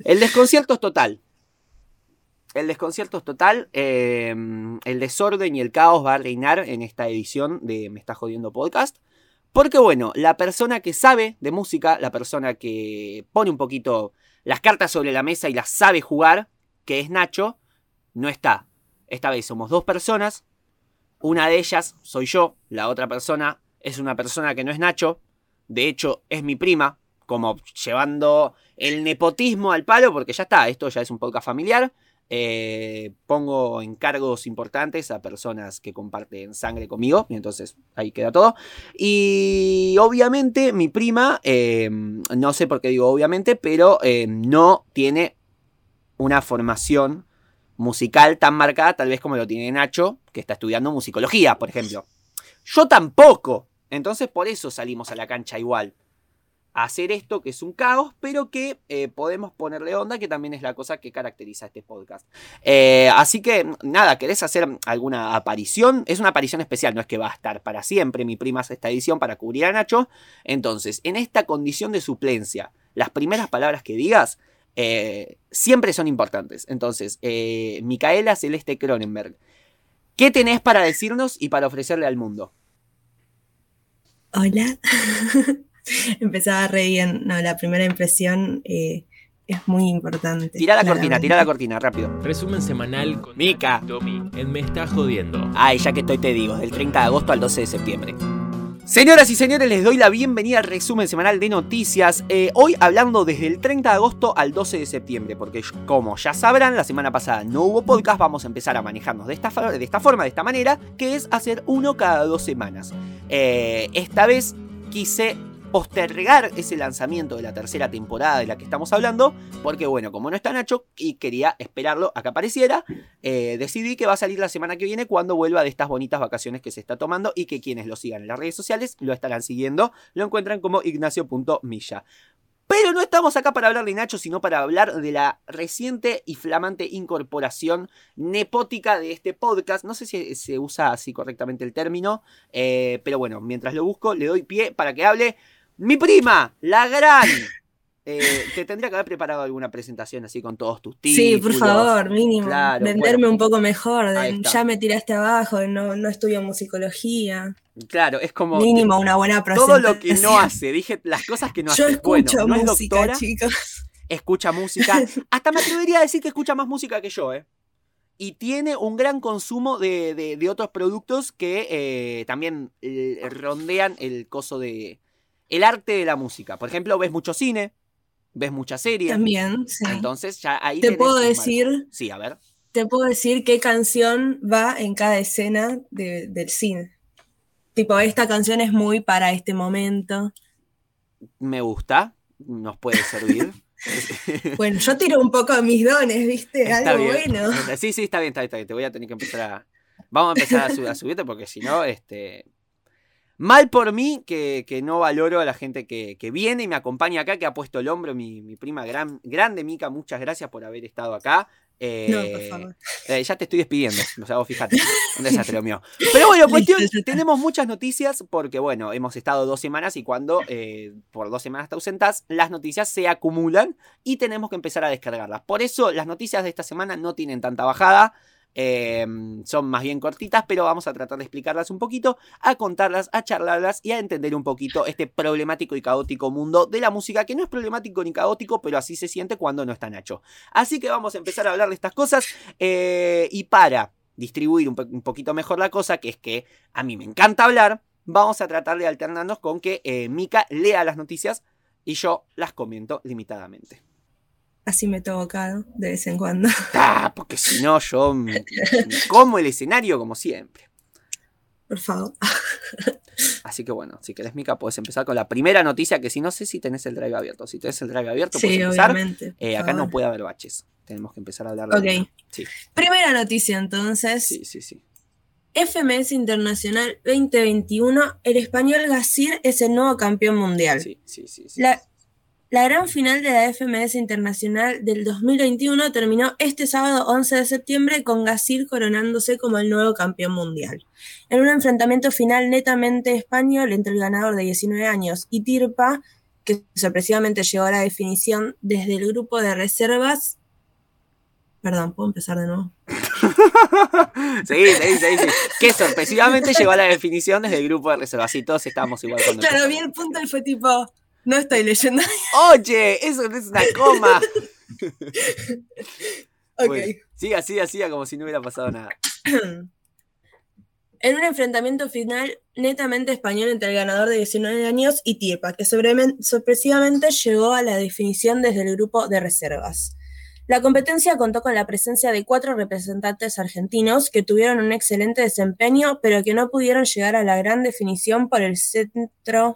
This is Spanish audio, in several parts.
El desconcierto es total. El desconcierto es total. El desorden y el caos va a reinar en esta edición de Me Está Jodiendo Podcast. Porque bueno, la persona que sabe de música, la persona que pone un poquito las cartas sobre la mesa y las sabe jugar, que es Nacho, no está. Esta vez somos dos personas. Una de ellas soy yo, la otra persona es una persona que no es Nacho. De hecho, es mi prima, como llevando el nepotismo al palo, porque ya está, esto ya es un podcast familiar. Pongo encargos importantes a personas que comparten sangre conmigo, y entonces ahí queda todo. Y obviamente mi prima, no sé por qué digo obviamente, pero no tiene una formación musical tan marcada tal vez como lo tiene Nacho, que está estudiando musicología, por ejemplo. Yo tampoco. Entonces por eso salimos a la cancha igual. A hacer esto que es un caos, pero que podemos ponerle onda, que también es la cosa que caracteriza este podcast. Así que nada, ¿querés hacer alguna aparición? Es una aparición especial, no es que va a estar para siempre. Mi prima hace esta edición para cubrir a Nacho. Entonces, en esta condición de suplencia, las primeras palabras que digas siempre son importantes. Entonces, Micaela Celeste Cronenberg, ¿qué tenés para decirnos y para ofrecerle al mundo? Hola. Empezaba re bien. No, la primera impresión es muy importante. Tirá la cortina, rápido. Resumen semanal con Mica. Tommy en Me Está Jodiendo. Ay, ya que estoy te digo, del 30 de agosto al 12 de septiembre. Señoras y señores, les doy la bienvenida al resumen semanal de noticias. Hoy hablando desde el 30 de agosto al 12 de septiembre, porque como ya sabrán, la semana pasada no hubo podcast. Vamos a empezar a manejarnos de esta forma, de esta manera, que es hacer uno cada 2 semanas. Esta vez quise postergar ese lanzamiento de la tercera temporada de la que estamos hablando, porque bueno, como no está Nacho y quería esperarlo a que apareciera, decidí que va a salir la semana que viene cuando vuelva de estas bonitas vacaciones que se está tomando, y que quienes lo sigan en las redes sociales lo estarán siguiendo, lo encuentran como ignacio.milla. Pero no estamos acá para hablar de Nacho, sino para hablar de la reciente y flamante incorporación nepótica de este podcast. No sé si se usa así correctamente el término, pero bueno, mientras lo busco, le doy pie para que hable mi prima, la gran. Te tendría que haber preparado alguna presentación así con todos tus títulos. Sí, por favor, mínimo. Claro, venderme bueno, un poco mejor. ya me tiraste abajo, no estudio musicología. Claro, es como mínimo una buena presentación. todo lo que no hace. Dije las cosas que no hace. Yo escucho bueno, no música, es doctora, chicos. escucha música. Hasta me atrevería a decir que escucha más música que yo, Y tiene un gran consumo de otros productos que también rondean el coso de el arte de la música. Por ejemplo, ves mucho cine, ves mucha serie. También, sí. Entonces ya ahí te puedo decir. marco. Sí, a ver. Te puedo decir qué canción va en cada escena del cine. Tipo, esta canción es muy para este momento. Me gusta, nos puede servir. Bueno, yo tiro un poco a mis dones, ¿viste? Está algo bien. Bueno. Sí, está bien. Te voy a tener que empezar a... Vamos a empezar a subirte porque si no, mal por mí que no valoro a la gente que viene y me acompaña acá, que ha puesto el hombro, mi prima grande, Mica, muchas gracias por haber estado acá. No, por favor. Ya te estoy despidiendo, o sea, vos fíjate, un desastre lo mío. Pero bueno, cuestión, tenemos muchas noticias porque, bueno, hemos estado 2 semanas y cuando por 2 semanas te ausentas, las noticias se acumulan y tenemos que empezar a descargarlas. Por eso las noticias de esta semana no tienen tanta bajada. Son más bien cortitas, pero vamos a tratar de explicarlas un poquito, a contarlas, a charlarlas y a entender un poquito este problemático y caótico mundo de la música, que no es problemático ni caótico, pero así se siente cuando no está Nacho. Así que vamos a empezar a hablar de estas cosas, y para distribuir un poquito mejor la cosa, que es que a mí me encanta hablar, vamos a tratar de alternarnos con que Mica lea las noticias y yo las comento limitadamente. Así me toca de vez en cuando. Porque si no yo me como el escenario como siempre. Por favor. Así que bueno, si querés, Mica, podés empezar con la primera noticia, que si no sé si tenés el drive abierto. Si tenés el drive abierto, sí, podés empezar. Obviamente. Acá no puede haber baches. Tenemos que empezar a hablar de... Ok. Sí. Primera noticia, entonces. Sí. FMS Internacional 2021, el español Gazir es el nuevo campeón mundial. Sí. La gran final de la FMS Internacional del 2021 terminó este sábado 11 de septiembre con Gazir coronándose como el nuevo campeón mundial. En un enfrentamiento final netamente español entre el ganador de 19 años y Tirpa, que sorpresivamente llegó a la definición desde el grupo de reservas. Perdón, ¿puedo empezar de nuevo? Sí. Que sorpresivamente llegó a la definición desde el grupo de reservas. Sí, todos estábamos igual cuando Claro, empezamos. vi el punto y fue tipo, no estoy leyendo. Oye, eso no es una coma. Ok. Bueno, siga como si no hubiera pasado nada. En un enfrentamiento final netamente español entre el ganador de 19 años y Tirpa, que sorpresivamente llegó a la definición desde el grupo de reservas. La competencia contó con la presencia de 4 representantes argentinos que tuvieron un excelente desempeño, pero que no pudieron llegar a la gran definición por el cetro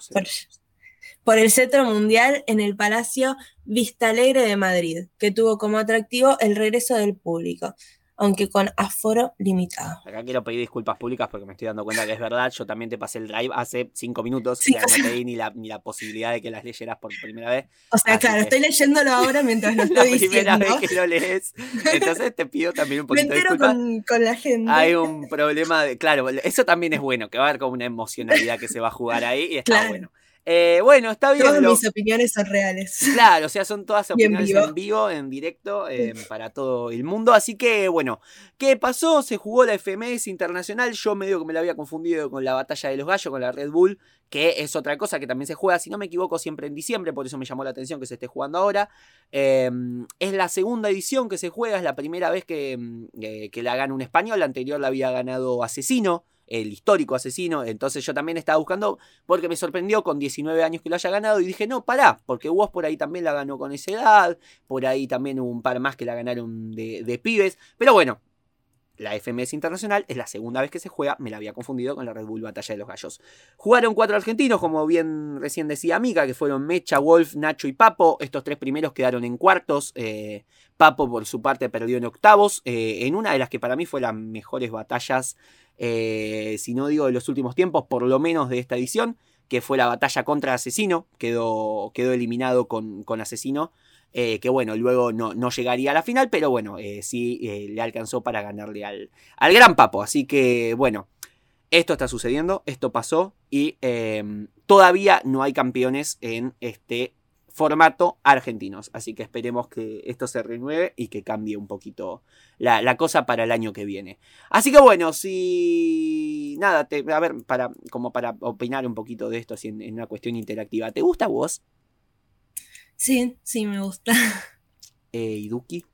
mundial en el Palacio Vistalegre de Madrid, que tuvo como atractivo el regreso del público, aunque con aforo limitado. Acá quiero pedir disculpas públicas porque me estoy dando cuenta que es verdad. Yo también te pasé el drive hace 5 minutos. Sí, o sea, no te di ni la posibilidad de que las leyeras por primera vez. O sea, Así claro, que estoy leyéndolo ahora mientras lo es la estoy primera diciendo. vez que lo lees. Entonces te pido también un Me poquito de entero disculpas. con la gente. Hay un problema de... Claro, eso también es bueno, que va a haber como una emocionalidad que se va a jugar ahí y está Claro. bueno. Bueno, está bien. Todas mis opiniones son reales. Claro, o sea, son todas Y en opiniones vivo. en vivo, en directo, para todo el mundo. Así que, bueno, ¿qué pasó? Se jugó la FMS Internacional. Yo medio que me la había confundido con la Batalla de los Gallos, con la Red Bull, que es otra cosa que también se juega, si no me equivoco, siempre en diciembre. Por eso me llamó la atención que se esté jugando ahora. Es la segunda edición que se juega, es la primera vez que la gana un español. La anterior la había ganado Asesino, el histórico Asesino. Entonces yo también estaba buscando, porque me sorprendió con 19 años que lo haya ganado, y dije, no, pará, porque Woz por ahí también la ganó con esa edad, por ahí también hubo un par más que la ganaron de pibes, pero bueno, la FMS Internacional es la segunda vez que se juega, me la había confundido con la Red Bull Batalla de los Gallos. Jugaron 4 argentinos, como bien recién decía Mica, que fueron Mecha, Wolf, Nacho y Papo. Estos 3 primeros quedaron en cuartos. Papo por su parte perdió en octavos, en una de las que para mí fue las mejores batallas, si no digo de los últimos tiempos, por lo menos de esta edición, que fue la batalla contra Asesino. Quedó eliminado con Asesino, que bueno, luego no llegaría a la final, pero bueno, sí le alcanzó para ganarle al gran Papo. Así que bueno, esto está sucediendo, esto pasó, y todavía no hay campeones en este formato argentinos, así que esperemos que esto se renueve y que cambie un poquito la cosa para el año que viene. Así que bueno, si nada, a ver, para opinar un poquito de esto así en una cuestión interactiva, ¿te gusta vos? Sí, me gusta. ¿Y Duki?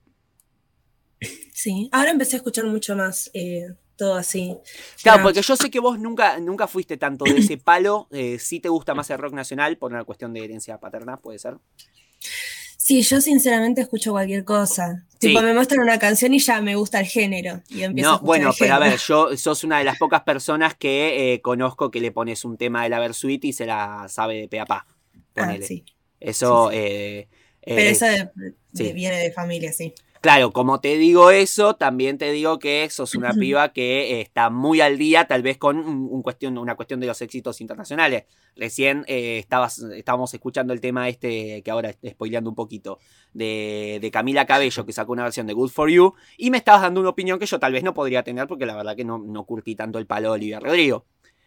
Sí, ahora empecé a escuchar mucho más todo así. Claro, porque yo sé que vos nunca fuiste tanto de ese palo. Sí te gusta más el rock nacional por una cuestión de herencia paterna, ¿puede ser? Sí, yo sinceramente escucho cualquier cosa. Sí. Tipo, me muestran una canción y ya me gusta el género. Y empiezo a escuchar bueno, el pero a género. ver, sos una de las pocas personas que conozco que le pones un tema de la Versuit y se la sabe de pe a pa. Ponele. Sí. Eso. Sí. Pero eso sí. viene de familia, sí. Claro, como te digo eso, también te digo que sos una piba que está muy al día, tal vez con una cuestión de los éxitos internacionales. Recién estábamos escuchando el tema que ahora estoy spoileando un poquito, de Camila Cabello, que sacó una versión de Good For You, y me estabas dando una opinión que yo tal vez no podría tener, porque la verdad que no curtí tanto el palo de Olivia Rodrigo.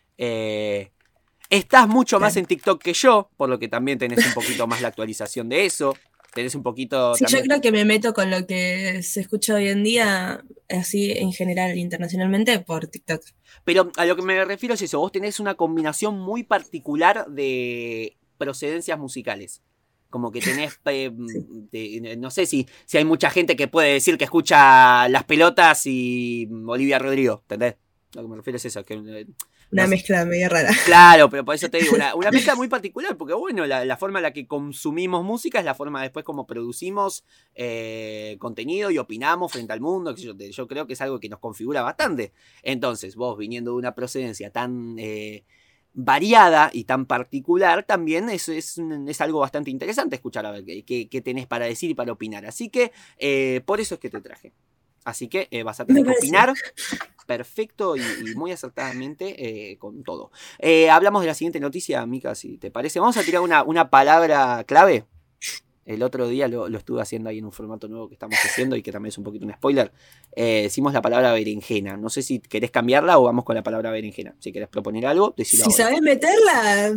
Estás mucho más en TikTok que yo, por lo que también tenés un poquito más la actualización de eso. Tenés un poquito... Sí, también... yo creo que me meto con lo que se escucha hoy en día, así en general, internacionalmente, por TikTok. Pero a lo que me refiero es eso, vos tenés una combinación muy particular de procedencias musicales. Como que tenés, no sé si hay mucha gente que puede decir que escucha Las Pelotas y Olivia Rodrigo, ¿entendés? A lo que me refiero es eso, que... Una mezcla medio rara. Claro, pero por eso te digo, una mezcla muy particular, porque bueno, la forma en la que consumimos música es la forma después como producimos contenido y opinamos frente al mundo. Yo creo que es algo que nos configura bastante. Entonces, vos viniendo de una procedencia tan variada y tan particular, también es algo bastante interesante escuchar a ver qué tenés para decir y para opinar. Así que por eso es que te traje. Así que vas a tener que opinar perfecto y muy acertadamente con todo. Hablamos de la siguiente noticia, Mica, si te parece. Vamos a tirar una palabra clave. El otro día lo estuve haciendo ahí en un formato nuevo que estamos haciendo y que también es un poquito un spoiler. Decimos la palabra berenjena. No sé si querés cambiarla o vamos con la palabra berenjena. Si querés proponer algo, decilo Si ahora. sabés meterla,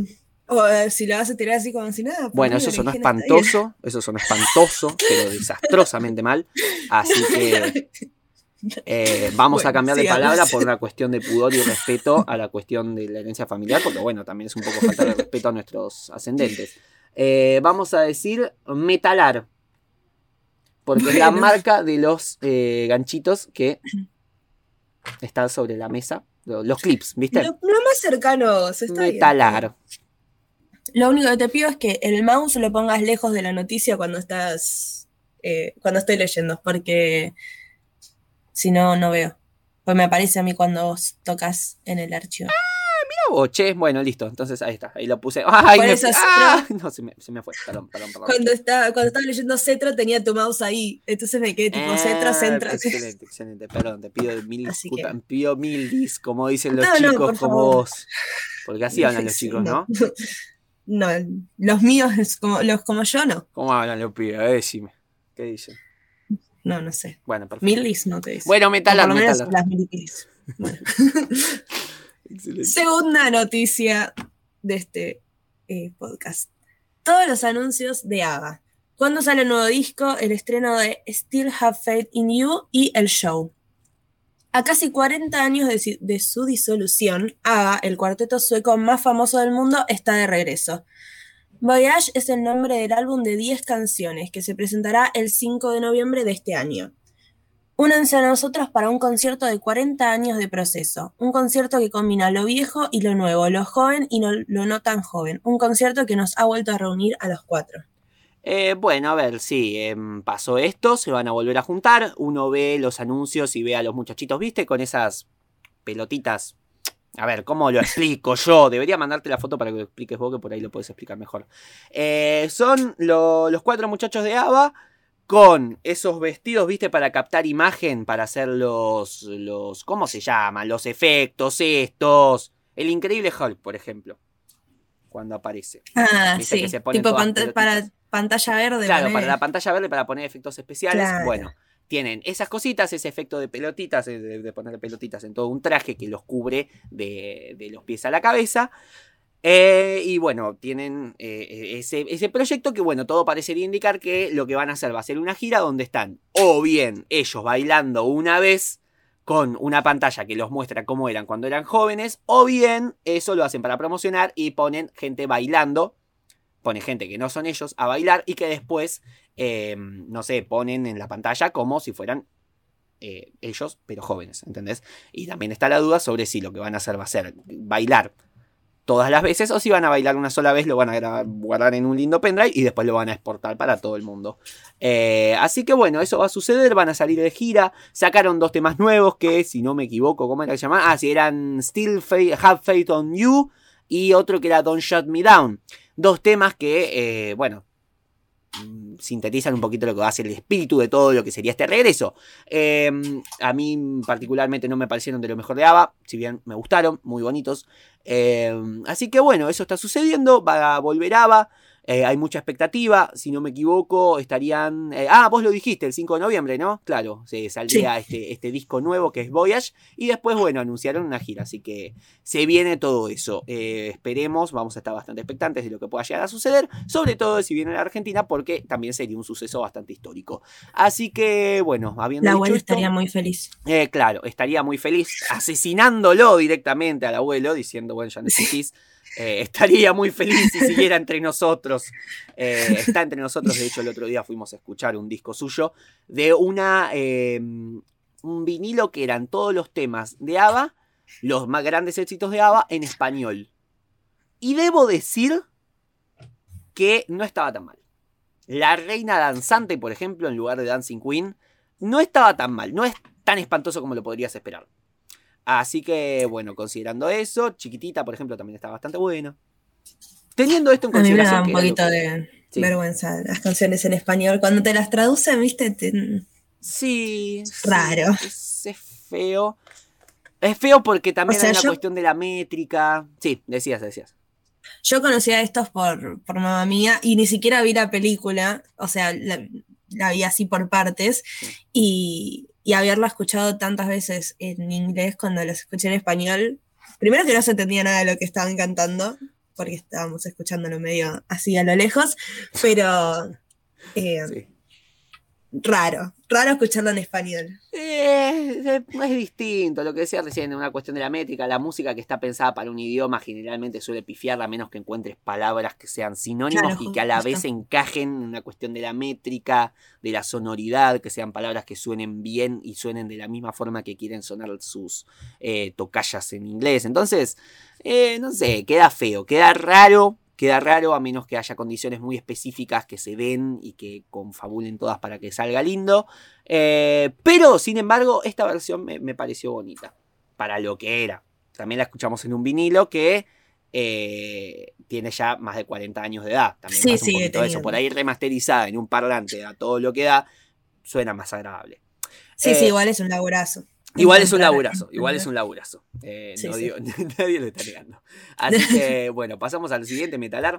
O si lo vas a tirar así como si nada. Bueno, eso sonó espantoso, pero desastrosamente mal. Así que vamos a cambiar de palabra por una cuestión de pudor y respeto a la cuestión de la herencia familiar, porque bueno, también es un poco falta de respeto a nuestros ascendentes. Vamos a decir metalar, porque es la marca de los ganchitos que están sobre la mesa, los clips, ¿viste? Lo más cercano, se está metalar. Bien. Lo único que te pido es que el mouse lo pongas lejos de la noticia cuando estoy leyendo, porque si no, no veo. Pues me aparece a mí cuando vos tocas en el archivo. Mira vos, che. Bueno, listo. Entonces ahí está. Ahí lo puse. ¡Ay! No, se me fue. Perdón. Cuando estaba leyendo Cetro tenía tu mouse ahí. Entonces me quedé tipo Centro. Excelente. Perdón, te pido mil disculpas. Pido mil dis, como dicen los chicos, como vos. Porque así hablan los chicos, ¿no? No, los míos, como yo, no. ¿Cómo hablan los pibes? Decime. ¿Qué dicen? No sé. Bueno, perfecto. Milis no te dice. Bueno, metalar. Las milipilis. Bueno. Segunda noticia de este podcast. Todos los anuncios de ABBA. ¿Cuándo sale el nuevo disco? El estreno de Still Have Faith in You y el show. A casi 40 años de su disolución, ABBA, el cuarteto sueco más famoso del mundo, está de regreso. Voyage es el nombre del álbum de 10 canciones que se presentará el 5 de noviembre de este año. Únanse a nosotros para un concierto de 40 años de proceso. Un concierto que combina lo viejo y lo nuevo, lo joven y lo no tan joven. Un concierto que nos ha vuelto a reunir a los 4. Bueno, a ver, sí, pasó esto, se van a volver a juntar. Uno ve los anuncios y ve a los muchachitos, ¿viste? Con esas pelotitas. A ver, ¿cómo lo explico yo? Debería mandarte la foto para que lo expliques vos, que por ahí lo podés explicar mejor. Son los 4 muchachos de ABBA con esos vestidos, ¿viste? Para captar imagen, para hacer los ¿cómo se llaman? Los efectos estos. El Increíble Hulk, por ejemplo. Cuando aparece. ¿Viste? Sí. Que se tipo para pantalla verde. Claro, para la pantalla verde, para poner efectos especiales. Claro. Bueno, tienen esas cositas, ese efecto de pelotitas, de poner pelotitas en todo un traje que los cubre de los pies a la cabeza. Y bueno, tienen ese proyecto que, bueno, todo parecería indicar que lo que van a hacer va a ser una gira donde están o bien ellos bailando una vez con una pantalla que los muestra cómo eran cuando eran jóvenes, o bien eso lo hacen para promocionar y ponen gente bailando, ponen gente que no son ellos a bailar y que después, no sé, ponen en la pantalla como si fueran ellos, pero jóvenes, ¿entendés? Y también está la duda sobre si lo que van a hacer va a ser bailar todas las veces, o si van a bailar una sola vez, lo van a guardar en un lindo pendrive y después lo van a exportar para todo el mundo. Así que bueno, eso va a suceder, van a salir de gira. Sacaron 2 temas nuevos que, si no me equivoco, ¿cómo era que se llamaban? Sí, eran Still Have Faith on You y otro que era Don't Shut Me Down. 2 temas que, bueno, sintetizan un poquito lo que va a ser el espíritu de todo lo que sería este regreso. A mí particularmente no me parecieron de lo mejor de ABBA, si bien me gustaron, muy bonitos. Así que bueno, eso está sucediendo, va a volver ABBA. Hay mucha expectativa, si no me equivoco, estarían... vos lo dijiste, el 5 de noviembre, ¿no? Claro, saldría sí. este disco nuevo que es Voyage, y después, bueno, anunciaron una gira, así que se viene todo eso. Esperemos, vamos a estar bastante expectantes de lo que pueda llegar a suceder, sobre todo si viene a la Argentina, porque también sería un suceso bastante histórico. Así que, bueno, habiendo la dicho abuela esto, estaría muy feliz. Claro, estaría muy feliz, asesinándolo directamente al abuelo, diciendo, bueno, ya no existís. Estaría muy feliz si siguiera entre nosotros. Está entre nosotros. De hecho, el otro día fuimos a escuchar un disco suyo de un vinilo que eran todos los temas de ABBA, los más grandes éxitos de ABBA en español. Y debo decir que no estaba tan mal. La Reina Danzante, por ejemplo, en lugar de Dancing Queen, no estaba tan mal. No es tan espantoso como lo podrías esperar. Así que, bueno, considerando eso, Chiquitita, por ejemplo, también está bastante buena. Teniendo esto en consideración. A mí me da un poquito de vergüenza las canciones en español. Cuando te las traducen, ¿viste? Sí. Raro. Es feo. Es feo porque también hay una cuestión de la métrica. Sí, decías. Yo conocía a estos por mamá mía y ni siquiera vi la película. O sea, la vi así por partes. Sí. Y haberla escuchado tantas veces en inglés cuando las escuché en español, primero que no se entendía nada de lo que estaban cantando. porque estábamos escuchándolo medio así a lo lejos, pero Sí. raro escucharlo en español. Es distinto, lo que decía recién, una cuestión de la métrica. La música que está pensada para un idioma generalmente suele pifiarla, a menos que encuentres palabras que sean sinónimos Claro, y que a la justo. vez encajen en una cuestión de la métrica, de la sonoridad, que sean palabras que suenen bien y suenen de la misma forma que quieren sonar sus tocallas en inglés. Entonces, no sé, queda feo, queda raro a menos que haya condiciones muy específicas que se den y que confabulen todas para que salga lindo. Pero, sin embargo, esta versión me pareció bonita. Para lo que era. También la escuchamos en un vinilo que tiene ya más de 40 años de edad. También Sí, pasa un sigue poquito eso. Por teniendo. ahí remasterizada en un parlante a todo lo que da, suena más agradable. Sí, igual es un laburazo. Igual es un Encontrar- laburazo, Sí, no sí. digo, nadie lo está negando. Así que, bueno, pasamos al siguiente, Metalar.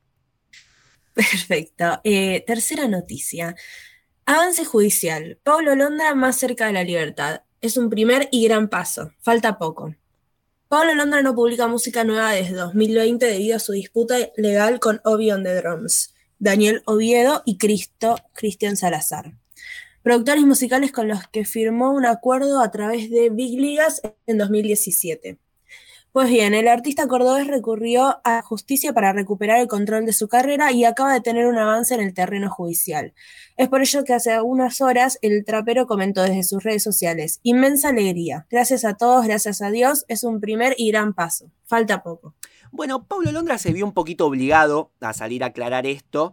Perfecto. Tercera noticia. Avance judicial. Pablo Londra más cerca de la libertad. Es un primer y gran paso. Falta poco. Pablo Londra no publica música nueva desde 2020 debido a su disputa legal con Obi on the Drums, Daniel Oviedo y Cristian Salazar, productores musicales con los que firmó un acuerdo a través de Big Ligas en 2017. Pues bien, el artista cordobés recurrió a justicia para recuperar el control de su carrera y acaba de tener un avance en el terreno judicial. Es por ello que hace unas horas el trapero comentó desde sus redes sociales: inmensa alegría, gracias a todos, gracias a Dios, es un primer y gran paso, falta poco. Bueno, Pablo Londra se vio un poquito obligado a salir a aclarar esto,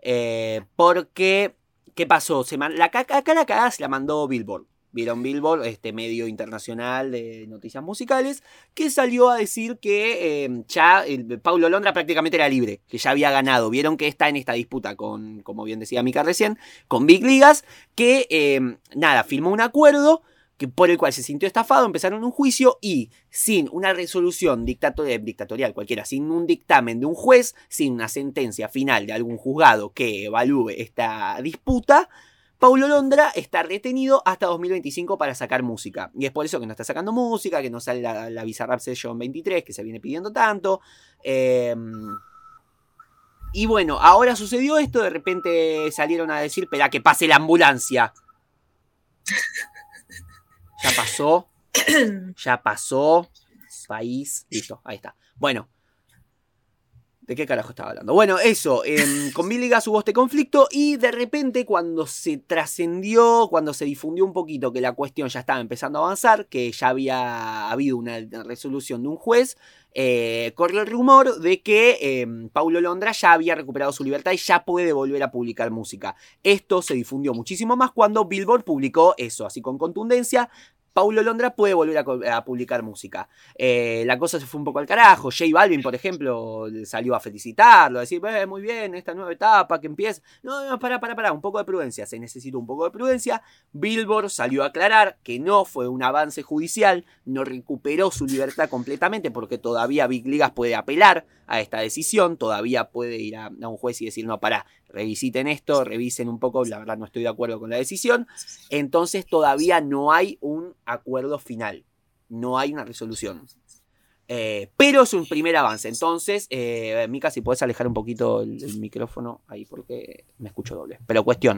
porque, ¿qué pasó? Acá la cagada se la mandó Billboard. Vieron Billboard, este medio internacional de noticias musicales, que salió a decir que Pablo Londra prácticamente era libre, que ya había ganado. Vieron que está en esta disputa con, como bien decía Mika recién, con Big Ligas, que firmó un acuerdo por el cual se sintió estafado, empezaron un juicio y sin una resolución dictatorial cualquiera, sin un dictamen de un juez, sin una sentencia final de algún juzgado que evalúe esta disputa, Paulo Londra está retenido hasta 2025 para sacar música. Y es por eso que no está sacando música, que no sale la Bizarrap Session 23, que se viene pidiendo tanto. Y bueno, ahora sucedió esto, de repente salieron a decir, espera que pase la ambulancia. Ya pasó. País, listo, ahí está. Bueno, ¿de qué carajo estaba hablando? Bueno, eso, con Big Ligas hubo este conflicto y de repente cuando se trascendió, cuando se difundió un poquito que la cuestión ya estaba empezando a avanzar, que ya había habido una resolución de un juez, corrió el rumor de que Paulo Londra ya había recuperado su libertad y ya puede volver a publicar música. Esto se difundió muchísimo más cuando Billboard publicó eso, así con contundencia: Paulo Londra puede volver a publicar música. La cosa se fue un poco al carajo. J Balvin, por ejemplo, salió a felicitarlo, a decir, muy bien, esta nueva etapa que empieza. No, pará, un poco de prudencia. Se necesita un poco de prudencia. Billboard salió a aclarar que no fue un avance judicial, no recuperó su libertad completamente, porque todavía Big Ligas puede apelar a esta decisión, todavía puede ir a un juez y decir, no, pará, revisiten esto, revisen un poco, la verdad no estoy de acuerdo con la decisión. Entonces todavía no hay un acuerdo final, no hay una resolución. Pero es un primer avance. Entonces, Mika, si puedes alejar un poquito el micrófono ahí porque me escucho doble. Pero cuestión,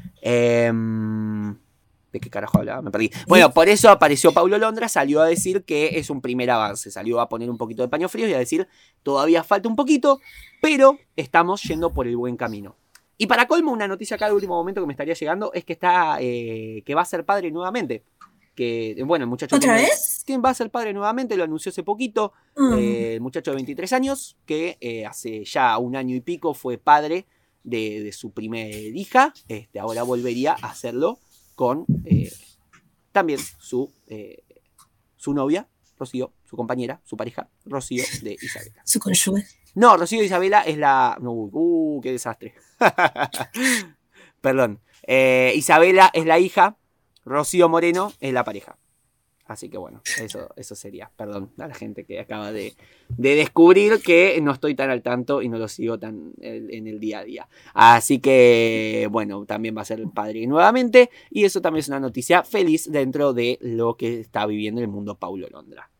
¿de qué carajo hablaba? Me perdí. Bueno, por eso apareció Paulo Londra, salió a decir que es un primer avance, salió a poner un poquito de paño frío y a decir, todavía falta un poquito, pero estamos yendo por el buen camino. Y para colmo, una noticia acá de último momento que me estaría llegando es que que va a ser padre nuevamente. Que, bueno, el muchacho ¿Otra vez? ¿Quién va a ser padre nuevamente? Lo anunció hace poquito. El muchacho de 23 años, que hace ya un año y pico fue padre de su primer hija. Ahora volvería a hacerlo con también su novia, Rocío, su compañera, su pareja, Rocío de Isabela. Su cónyuge. No, Rocío de Isabela es la... qué desastre. Perdón. Isabela es la hija, Rocío Moreno es la pareja. Así que bueno, eso sería. Perdón a la gente que acaba de descubrir que no estoy tan al tanto y no lo sigo tan en el día a día. Así que bueno, también va a ser padre nuevamente. Y eso también es una noticia feliz dentro de lo que está viviendo el mundo Paulo Londra.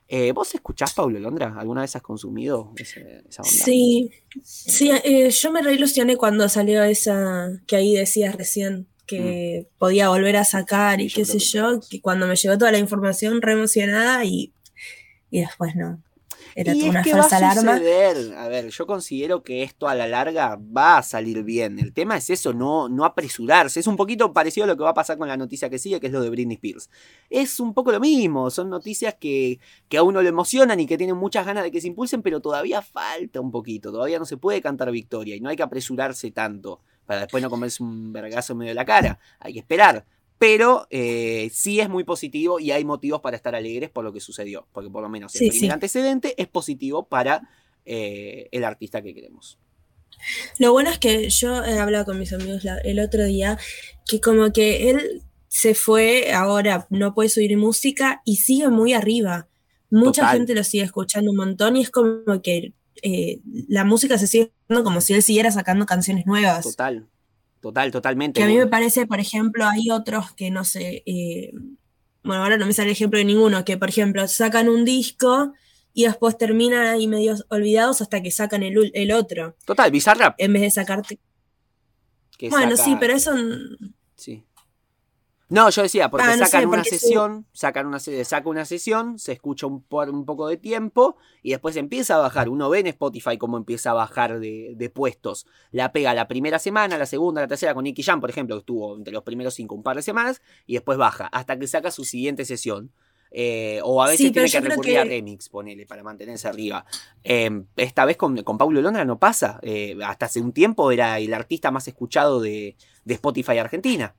¿Vos escuchás Paulo Londra? ¿Alguna vez has consumido esa onda? Sí, yo me reilusioné cuando salió esa que ahí decías recién que podía volver a sacar Sí, y yo qué creo sé que yo, todos. que cuando me llegó toda la información re emocionada y después no, era Y toda es una que va a falsa alarma. suceder, a ver, yo considero que esto a la larga va a salir bien. El tema es eso, no apresurarse. Es un poquito parecido a lo que va a pasar con la noticia que sigue, que es lo de Britney Spears. Es un poco lo mismo, son noticias que a uno lo emocionan y que tienen muchas ganas de que se impulsen, pero todavía falta un poquito, todavía no se puede cantar victoria y no hay que apresurarse tanto para después no comerse un vergazo en medio de la cara. Hay que esperar. Pero sí es muy positivo y hay motivos para estar alegres por lo que sucedió. Porque por lo menos el Sí, primer sí. antecedente es positivo para el artista que queremos. Lo bueno es que yo he hablado con mis amigos el otro día que como que él se fue, ahora no puede subir música y sigue muy arriba. Mucha Total, gente lo sigue escuchando un montón y es como que la música se sigue escuchando como si él siguiera sacando canciones nuevas. totalmente. Que a mí me parece, por ejemplo, hay otros que no sé, bueno, ahora no me sale el ejemplo de ninguno, que por ejemplo sacan un disco y después terminan ahí medios olvidados hasta que sacan el otro. Total, Bizarrap, En vez de sacarte. que Bueno, sí, saca... pero eso. Sí. No, yo decía, porque No sacan sé, una porque sesión, saca una sesión, se escucha por un poco de tiempo y después empieza a bajar. Uno ve en Spotify cómo empieza a bajar de puestos. La pega la primera semana, la segunda, la tercera, con Nicky Jam, por ejemplo, que estuvo entre los primeros 5 un par de semanas y después baja hasta que saca su siguiente sesión. O a veces Sí, pero tiene que yo creo recurrir a que. remix, ponele, para mantenerse arriba. Esta vez con Paulo Londra no pasa. Hasta hace un tiempo era el artista más escuchado de Spotify Argentina.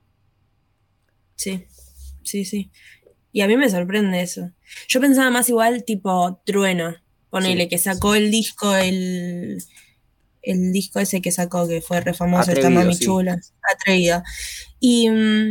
Sí, sí, sí. Y a mí me sorprende eso. Yo pensaba más igual, tipo Trueno. Ponele Sí. que sacó el disco, el disco ese que sacó, que fue re famoso, esta Atrevido, Mami sí. Chula, Atrevida. Y,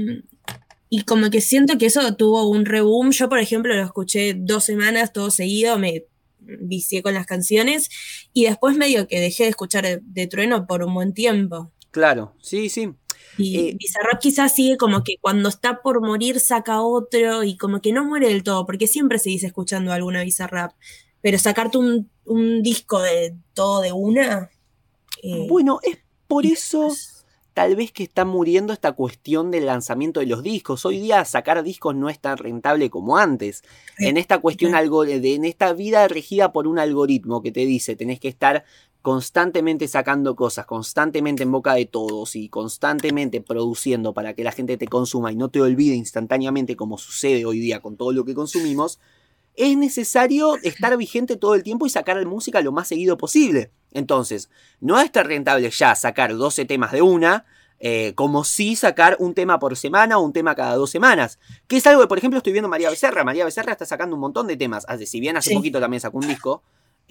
y como que siento que eso tuvo un reboom. Yo, por ejemplo, lo escuché 2 semanas todo seguido, me vicié con las canciones y después medio que dejé de escuchar de Trueno por un buen tiempo. Claro, sí, sí. Y Bizarrap quizás sigue como que cuando está por morir saca otro y como que no muere del todo, porque siempre se dice escuchando alguna Bizarrap. Pero sacarte un disco de todo de una. Bueno, es por Y eso después. tal vez que está muriendo esta cuestión del lanzamiento de los discos. Hoy día sacar discos no es tan rentable como antes. En esta cuestión, Claro. en esta vida regida por un algoritmo que te dice tenés que estar constantemente sacando cosas, constantemente en boca de todos y constantemente produciendo para que la gente te consuma y no te olvide instantáneamente como sucede hoy día con todo lo que consumimos, es necesario estar vigente todo el tiempo y sacar música lo más seguido posible. Entonces, no es tan rentable ya sacar 12 temas de una, como sí sacar un tema por semana o un tema cada 2 semanas. Que es algo que, por ejemplo, estoy viendo María Becerra. María Becerra está sacando un montón de temas. Si bien hace Sí. poquito también sacó un disco,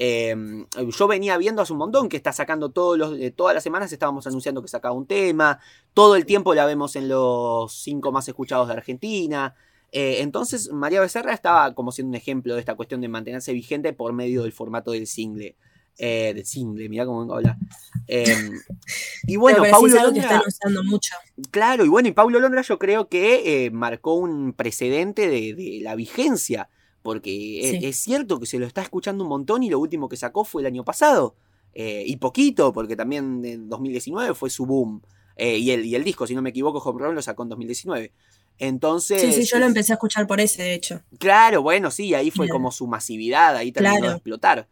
yo venía viendo hace un montón que está sacando todas las semanas estábamos anunciando que sacaba un tema. Todo el tiempo la vemos en los 5 más escuchados de Argentina. Entonces María Becerra estaba como siendo un ejemplo de esta cuestión de mantenerse vigente por medio del formato del single. Mirá cómo vengo a hablar. Y bueno, Pero sí es Paulo algo que están Londra, usando mucho. claro, y Paulo Londra yo creo que marcó un precedente de la vigencia, porque Sí. es cierto que se lo está escuchando un montón y lo último que sacó fue el año pasado. Y poquito, porque también en 2019 fue su boom. Y el disco, si no me equivoco, Home Run lo sacó en 2019. Sí, sí, Entonces, yo lo empecé a escuchar por ese, de hecho. claro, bueno, sí, ahí fue Claro. como su masividad, ahí terminó de Claro. explotar.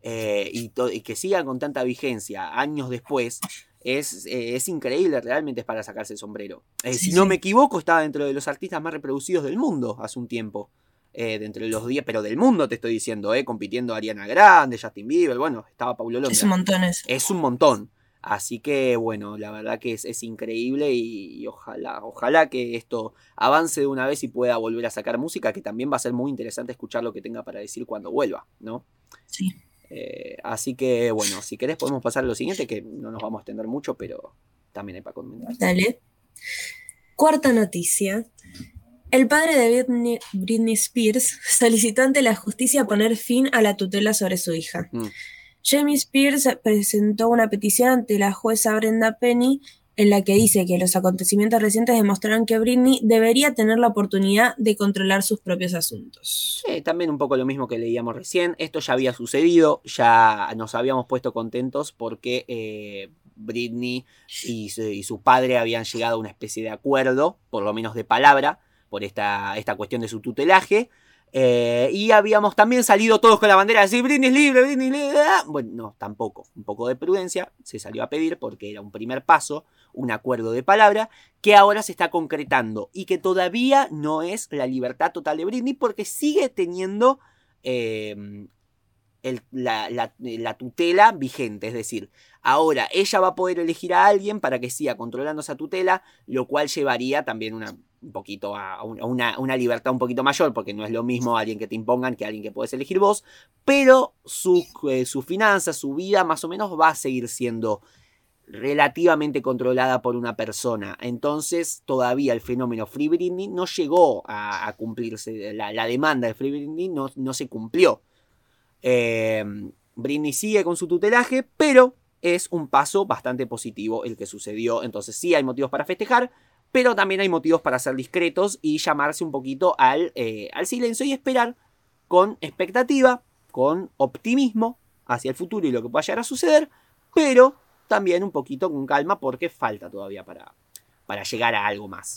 Y que sigan con tanta vigencia años después es increíble, realmente es para sacarse el sombrero. Sí, Si no me sí. equivoco, estaba dentro de los artistas más reproducidos del mundo hace un tiempo. Dentro de los 10, pero del mundo te estoy diciendo, compitiendo Ariana Grande, Justin Bieber, bueno, estaba Paulo Es Londra. un montón eso. Es un montón. Así que, bueno, la verdad que es increíble y ojalá que esto avance de una vez y pueda volver a sacar música, que también va a ser muy interesante escuchar lo que tenga para decir cuando vuelva, ¿no? Sí. Así que, bueno, si querés podemos pasar a lo siguiente, que no nos vamos a extender mucho, pero también hay para comentar. Dale. Cuarta noticia. El padre de Britney Spears solicitó ante la justicia poner fin a la tutela sobre su hija. Jamie Spears presentó una petición ante la jueza Brenda Penny en la que dice que los acontecimientos recientes demostraron que Britney debería tener la oportunidad de controlar sus propios asuntos. Sí, también un poco lo mismo que leíamos recién. Esto ya había sucedido, ya nos habíamos puesto contentos porque Britney y su padre habían llegado a una especie de acuerdo, por lo menos de palabra, por esta cuestión de su tutelaje. Y habíamos también salido todos con la bandera de decir Britney es libre, Britney es libre. Bueno, no, tampoco. Un poco de prudencia se salió a pedir porque era un primer paso, un acuerdo de palabra, que ahora se está concretando y que todavía no es la libertad total de Britney porque sigue teniendo la tutela vigente. Es decir, ahora ella va a poder elegir a alguien para que siga controlando esa tutela, lo cual llevaría también un poquito a una libertad un poquito mayor, porque no es lo mismo alguien que te impongan que alguien que puedes elegir vos, pero sus finanzas, su vida más o menos va a seguir siendo relativamente controlada por una persona. Entonces todavía el fenómeno Free Britney no llegó a cumplirse, la demanda de Free Britney no se cumplió. Britney sigue con su tutelaje, pero es un paso bastante positivo el que sucedió. Entonces sí hay motivos para festejar, pero también hay motivos para ser discretos y llamarse un poquito al silencio y esperar con expectativa, con optimismo hacia el futuro y lo que pueda llegar a suceder, pero también un poquito con calma porque falta todavía para llegar a algo más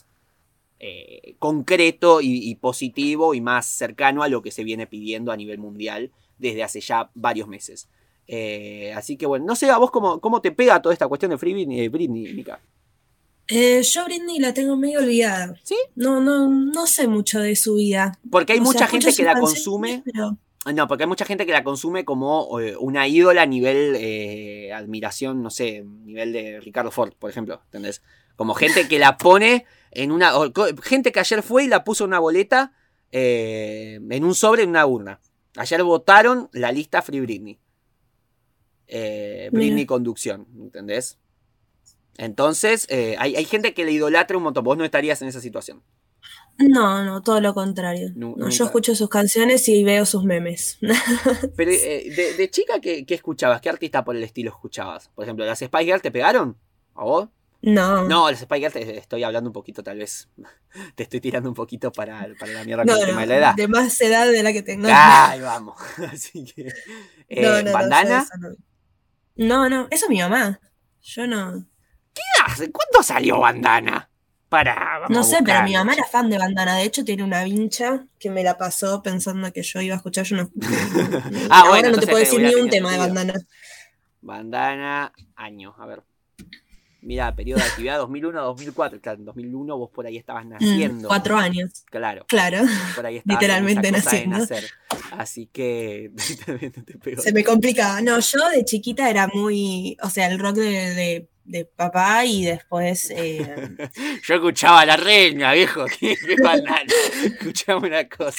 concreto y positivo y más cercano a lo que se viene pidiendo a nivel mundial desde hace ya varios meses. Así que bueno, no sé a vos cómo te pega toda esta cuestión de Free Britney, Mica. Yo Britney la tengo medio olvidada. ¿Sí? No sé mucho de su vida. Porque hay mucha gente que la canciones, consume. Pero... No, porque hay mucha gente que la consume como una ídola a nivel admiración, no sé, nivel de Ricardo Ford, por ejemplo, ¿entendés? Como gente que la pone en una... gente que ayer fue y la puso en una boleta en un sobre en una urna. Ayer votaron la lista Free Britney. Britney Conducción, ¿entendés? Entonces, hay gente que le idolatra un montón. Vos no estarías en esa situación. No, todo lo contrario. Yo escucho sus canciones y veo sus memes. Pero de chica, ¿qué escuchabas? ¿Qué artista por el estilo escuchabas? Por ejemplo, ¿las Spice Girls te pegaron? ¿A vos? No, las Spice Girls te estoy hablando un poquito, tal vez. Te estoy tirando un poquito para la mierda con el tema de la edad. De más edad de la que tengo. Ay, vamos. Así que. ¿Bandana? No, eso es mi mamá. Yo no. ¿Qué hace? ¿Cuándo salió Bandana? No sé, pero mi mamá era fan de Bandana. De hecho, tiene una vincha que me la pasó pensando que yo iba a escuchar. Yo no. Ahora bueno, no te puedo decir ni un tema de Bandana. Bandana, año, a ver. Mira, periodo de actividad 2001-2004. Claro, en 2001 vos por ahí estabas naciendo. 4 años. Claro. Por ahí estabas literalmente naciendo. Así que literalmente te pegó. Se me complicaba. No, yo de chiquita era muy... O sea, el rock de papá y después... Yo escuchaba La Reina, viejo. ¿Qué Bandana? Escuchaba una cosa.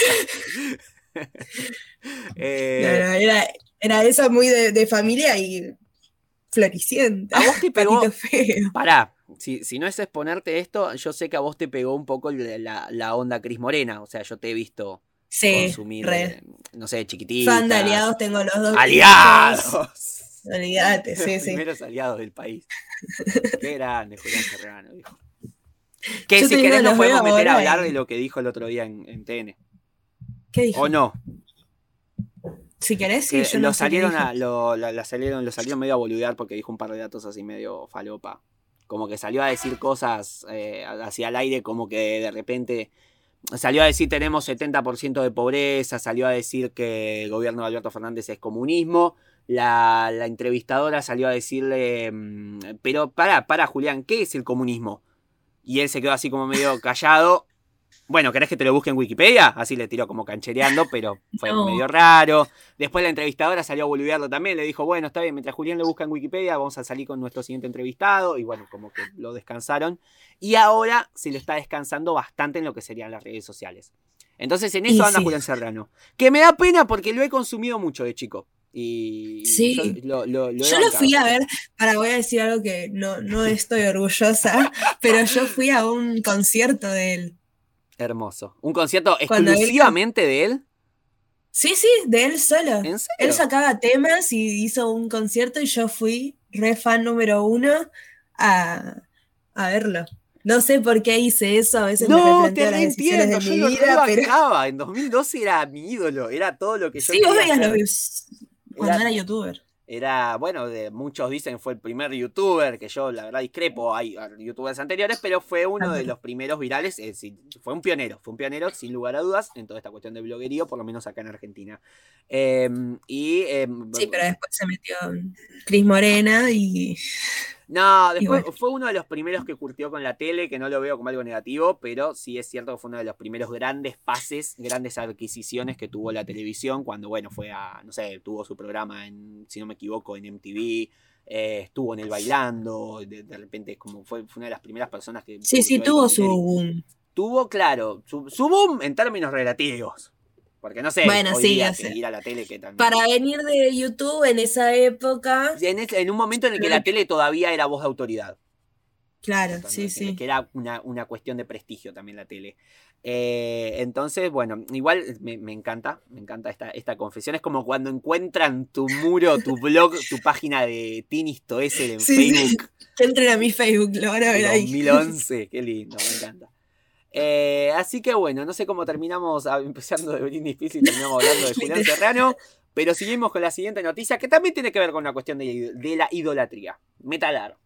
Era esa muy de familia y... floricienta. A vos te pegó. Feo. Pará, si no es exponerte esto, yo sé que a vos te pegó un poco la onda Cris Morena. O sea, yo te he visto consumir, no sé, chiquititas. Fan de Aliados tengo los dos. ¡Aliados! Olvídate, sí. Los primeros aliados del país. Qué grande, Julián Serrano, dijo. Que si querés nos podemos meter a hablar de lo que dijo el otro día en TN. ¿Qué dijo? ¿O no? Si querés, sí, yo lo salieron medio a boludear porque dijo un par de datos así medio falopa. Como que salió a decir cosas hacia el aire, como que de repente salió a decir tenemos 70% de pobreza, salió a decir que el gobierno de Alberto Fernández es comunismo. La entrevistadora salió a decirle, pero para Julián, ¿qué es el comunismo? Y él se quedó así como medio callado. Bueno, ¿querés que te lo busque en Wikipedia? Así le tiró como canchereando, pero fue medio raro. Después la entrevistadora salió a boludearlo también. Le dijo, bueno, está bien, mientras Julián lo busca en Wikipedia, vamos a salir con nuestro siguiente entrevistado. Y bueno, como que lo descansaron. Y ahora se lo está descansando bastante en lo que serían las redes sociales. Entonces en eso anda Julián Serrano. Que me da pena porque lo he consumido mucho de chico. Y sí. Yo lo fui a ver, voy a decir algo que no estoy orgullosa, pero yo fui a un concierto de él. Hermoso. ¿Un concierto exclusivamente de él? Sí, de él solo. ¿En serio? Él sacaba temas y hizo un concierto y yo fui re fan número 1 a a verlo. No sé por qué hice eso, a veces me No, replanteo te las decisiones reentiendo, de yo mi lo vida, pero rebancaba. En 2012 era mi ídolo, era todo lo que yo sí, vos quería veías los hacer. videos cuando era Era, youtuber. bueno, muchos dicen fue el primer youtuber, que yo la verdad discrepo, hay youtubers anteriores, pero fue uno de los primeros virales, fue un pionero sin lugar a dudas en toda esta cuestión de bloguerío, por lo menos acá en Argentina. Sí, pero después se metió Cris Morena y No, después bueno. fue uno de los primeros que curtió con la tele, que no lo veo como algo negativo, pero sí es cierto que fue uno de los primeros grandes pases, grandes adquisiciones que tuvo la televisión cuando, bueno, fue no sé, tuvo su programa si no me equivoco, en MTV, estuvo en el Bailando, de repente como fue una de las primeras personas que Sí, curtió ahí con tuvo su Tinelli. boom. Tuvo, claro, su boom en términos relativos. Porque no sé, Bueno, hoy sí, día o que sea, ir a la tele, ¿qué tal? para venir de YouTube en esa época, En un momento en el que la tele todavía era voz de autoridad. claro, sí. Que era una cuestión de prestigio también la tele. Entonces, bueno, igual me encanta esta confesión. Es como cuando encuentran tu muro, tu blog, tu página de Tini Stoessel en Facebook. Que entren a mi Facebook, lo van a ver ahí. 2011, qué lindo, me encanta. Así que bueno, no sé cómo terminamos empezando de Britney Spears y terminamos hablando de Julián Serrano, pero seguimos con la siguiente noticia que también tiene que ver con una cuestión de la idolatría. Metalar.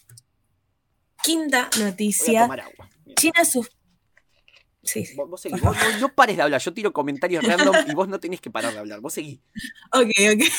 Quinta Voy a noticia. tomar agua. China sus... Sí, Vos seguís, vos no pares de hablar, yo tiro comentarios random y vos no tenés que parar de hablar, vos seguís. Ok.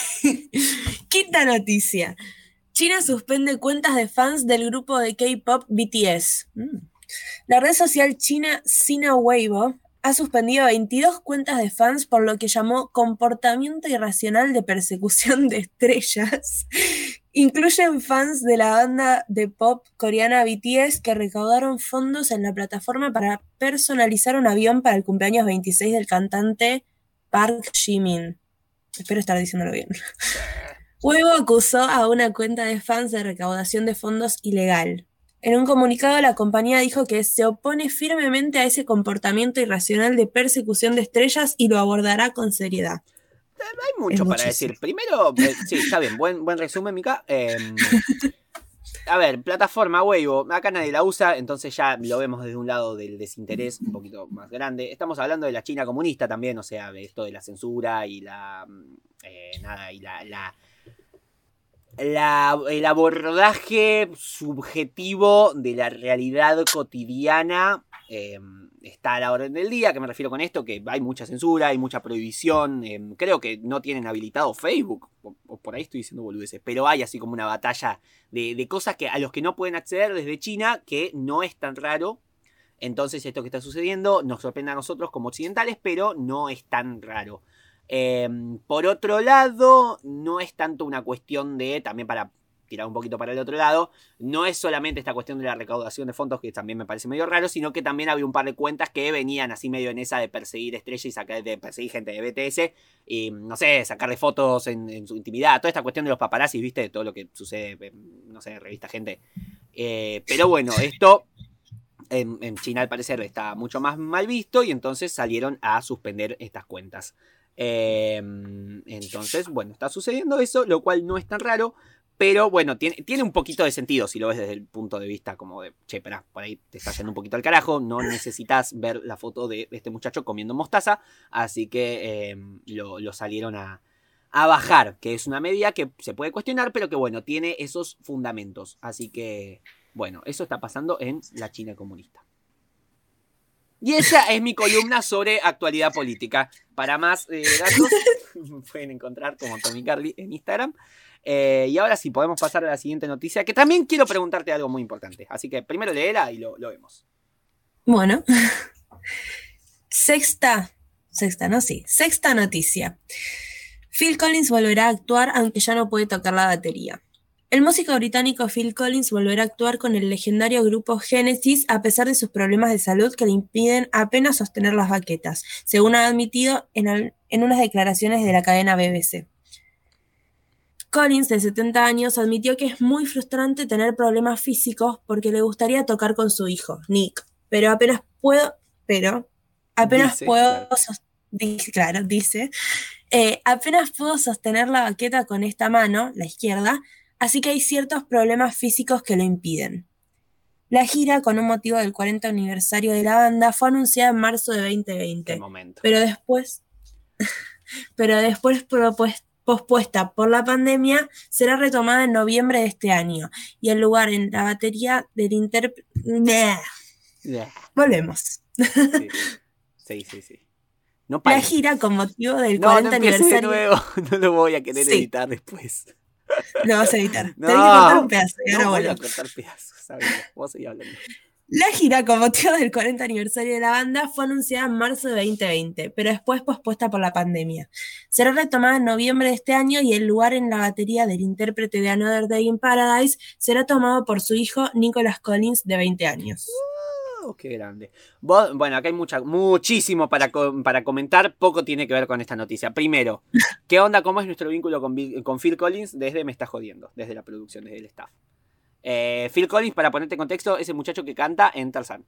Quinta noticia. China suspende cuentas de fans del grupo de K-pop BTS. La red social china Sina Weibo ha suspendido 22 cuentas de fans por lo que llamó comportamiento irracional de persecución de estrellas. Incluyen fans de la banda de pop coreana BTS que recaudaron fondos en la plataforma para personalizar un avión para el cumpleaños 26 del cantante Park Jimin. Espero estar diciéndolo bien. Weibo acusó a una cuenta de fans de recaudación de fondos ilegal. En un comunicado, la compañía dijo que se opone firmemente a ese comportamiento irracional de persecución de estrellas y lo abordará con seriedad. Hay mucho para decir. Primero, sí, está bien, buen resumen, Mika. A ver, plataforma Weibo, acá nadie la usa, entonces ya lo vemos desde un lado del desinterés un poquito más grande. Estamos hablando de la China comunista también, o sea, de esto de la censura y el abordaje subjetivo de la realidad cotidiana está a la orden del día. ¿Qué me refiero con esto? Que hay mucha censura, hay mucha prohibición. Creo que no tienen habilitado Facebook, o por ahí estoy diciendo boludeces, pero hay así como una batalla de cosas a los que no pueden acceder desde China, que no es tan raro. Entonces esto que está sucediendo nos sorprende a nosotros como occidentales, pero no es tan raro. Por otro lado, no es tanto una cuestión de, también para tirar un poquito para el otro lado, no es solamente esta cuestión de la recaudación de fondos, que también me parece medio raro, sino que también había un par de cuentas que venían así medio en esa de perseguir estrellas y de perseguir gente de BTS y, no sé, sacarle fotos en su intimidad, toda esta cuestión de los paparazzis, viste, de todo lo que sucede, no sé, revista Gente. Pero bueno, esto en China al parecer está mucho más mal visto y entonces salieron a suspender estas cuentas. Entonces, bueno, está sucediendo eso, lo cual no es tan raro, pero bueno, tiene un poquito de sentido si lo ves desde el punto de vista como de, che, pará, por ahí te está yendo un poquito al carajo, no necesitas ver la foto de este muchacho comiendo mostaza, así que lo salieron a bajar, que es una medida que se puede cuestionar, pero que bueno, tiene esos fundamentos, así que bueno, eso está pasando en la China comunista. Y esa es mi columna sobre actualidad política. Para más datos, me pueden encontrar como Tommy Carly en Instagram. Y ahora sí, podemos pasar a la siguiente noticia, que también quiero preguntarte algo muy importante. Así que primero léela y lo vemos. Bueno. Sexta noticia. Phil Collins volverá a actuar aunque ya no puede tocar la batería. El músico británico Phil Collins volverá a actuar con el legendario grupo Genesis a pesar de sus problemas de salud que le impiden apenas sostener las baquetas, según ha admitido en unas declaraciones de la cadena BBC. Collins, de 70 años, admitió que es muy frustrante tener problemas físicos porque le gustaría tocar con su hijo, Nick, pero apenas puedo sostener la baqueta con esta mano, la izquierda, así que hay ciertos problemas físicos que lo impiden. La gira, con un motivo del 40 aniversario de la banda, fue anunciada en marzo de Qué 2020, momento. pero después pospuesta por la pandemia, será retomada en noviembre de este año, y el lugar en la batería del intérprete... Volvemos. Sí. No La pares. gira, con motivo del No 40 empieces de aniversario... nuevo. No lo voy a querer Sí. editar después. Lo vas a editar. No, Tenés que cortar un pedazo y ahora no voy vuelvo. a cortar pedazos, sabelo. Vos seguís hablando. La gira, con motivo del 40 aniversario de la banda, fue anunciada en marzo de 2020, pero después pospuesta por la pandemia. Será retomada en noviembre de este año, y el lugar en la batería del intérprete de Another Day in Paradise será tomado por su hijo Nicholas Collins, de 20 años. Qué grande. Bueno, acá hay muchísimo para comentar. Poco tiene que ver con esta noticia. Primero, ¿qué onda? ¿Cómo es nuestro vínculo con Phil Collins? Desde Me Está Jodiendo, desde la producción, desde el staff. Phil Collins, para ponerte en contexto, es el muchacho que canta en Tarzán.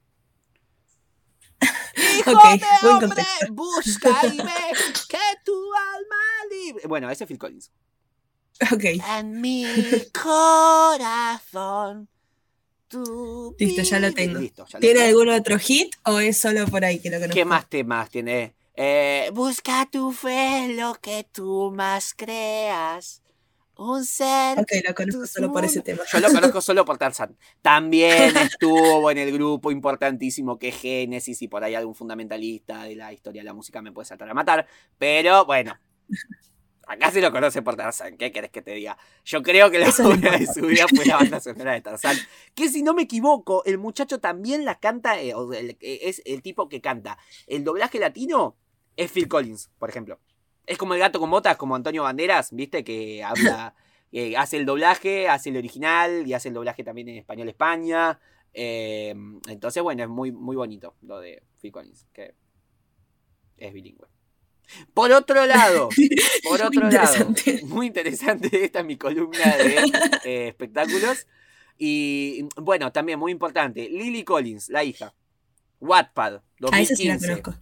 ¡Hijo Ok, de buen hombre! contexto. Busca y ve que tu alma libre. Bueno, ese es Phil Collins. Ok, En mi corazón. listo, ya lo tengo. Listo, ya lo ¿Tiene tengo. algún otro hit o es solo por ahí que lo conozco? ¿Qué más temas tiene? Busca tu fe, lo que tú más creas. Un ser. Ok, lo conozco solo por ese tema. Yo lo conozco solo por Tarzán. También estuvo en el grupo importantísimo que es Génesis, y por ahí algún fundamentalista de la historia de la música me puede saltar a matar. Pero bueno, acá se lo conoce por Tarzán. ¿Qué querés que te diga? Yo creo que la obra de su vida fue la banda sonora de Tarzán. Que si no me equivoco, el muchacho también la canta, es el tipo que canta. El doblaje latino es Phil Collins, por ejemplo. Es como el gato con botas, como Antonio Banderas, ¿viste? Que habla, hace el doblaje, hace el original y hace el doblaje también en español España. Entonces, bueno, es muy, muy bonito lo de Phil Collins, que es bilingüe. Por otro lado, muy interesante, esta es mi columna de espectáculos. Y bueno, también muy importante, Lily Collins, la hija, Wattpad, 2015. A esa sí la conozco.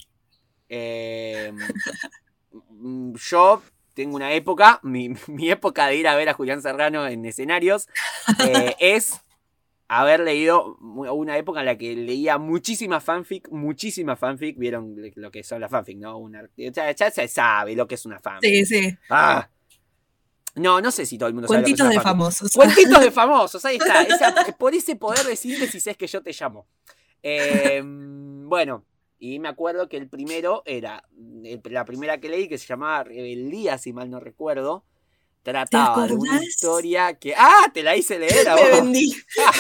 Yo tengo una época, mi época de ir a ver a Julián Serrano en escenarios es haber leído una época en la que leía muchísima fanfic, vieron lo que son las fanfic, ¿no? Ya se sabe lo que es una fanfic. Sí. No sé si todo el mundo sabe lo que es Cuentitos una de fanfic. famosos. Cuentitos de famosos, ahí está. Por ese poder de síntesis es que yo te llamo. Bueno, y me acuerdo que el primero era, la primera que leí, que se llamaba Rebeldía, si mal no recuerdo, trataba de una historia que... ¡Ah! Te la hice leer a vos. Me vendí.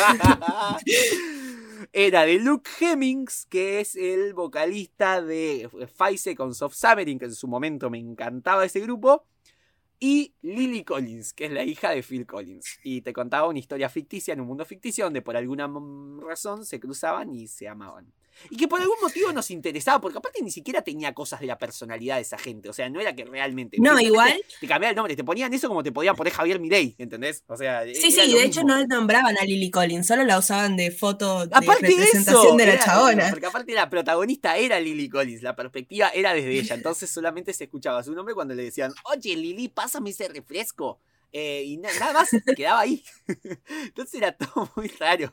Era de Luke Hemmings, que es el vocalista de 5 Seconds of Summer, que en su momento me encantaba ese grupo. Y Lily Collins, que es la hija de Phil Collins. Y te contaba una historia ficticia en un mundo ficticio donde por alguna razón se cruzaban y se amaban. Y que por algún motivo nos interesaba, porque aparte ni siquiera tenía cosas de la personalidad de esa gente. O sea, no era que realmente... No, igual... Te cambiaba el nombre, te ponían eso como te podían poner Javier Milei, ¿entendés? O sea, Sí, de hecho no nombraban a Lily Collins, solo la usaban de foto de aparte representación de la era, chabona. Porque aparte la protagonista era Lily Collins, la perspectiva era desde ella, entonces solamente se escuchaba su nombre cuando le decían, oye Lily, pásame ese refresco. Y nada más quedaba ahí. Entonces era todo muy raro.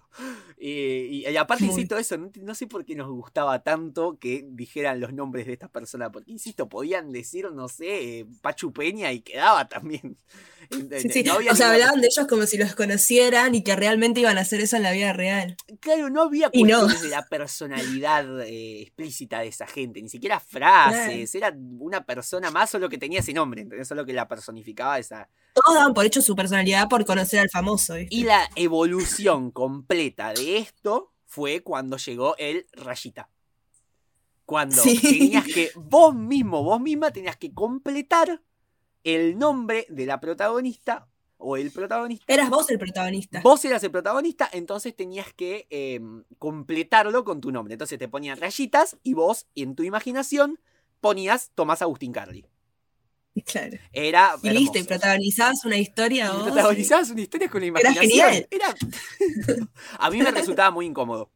Y aparte, insisto, eso, no sé por qué nos gustaba tanto que dijeran los nombres de estas personas, porque, insisto, podían decir, no sé, Pachu Peña y quedaba también. Sí. No o sea, hablaban de ellos como si los conocieran y que realmente iban a hacer eso en la vida real. Claro, no había cuestiones de la personalidad explícita de esa gente, ni siquiera frases, era una persona más, solo que tenía ese nombre, ¿entendés? Solo que la personificaba esa... Todos daban por hecho su personalidad por conocer al famoso, ¿viste? Y la evolución completa de esto fue cuando llegó el Rayita. Cuando tenías que, vos misma tenías que completar el nombre de la protagonista o el protagonista. Eras vos el protagonista. Vos eras el protagonista, entonces tenías que completarlo con tu nombre. Entonces te ponían rayitas y vos, en tu imaginación, ponías Tomás Agustín Carli. Claro. Era y listo, y protagonizabas una historia. Protagonizabas una historia con la imaginación. Era genial. A mí me resultaba muy incómodo.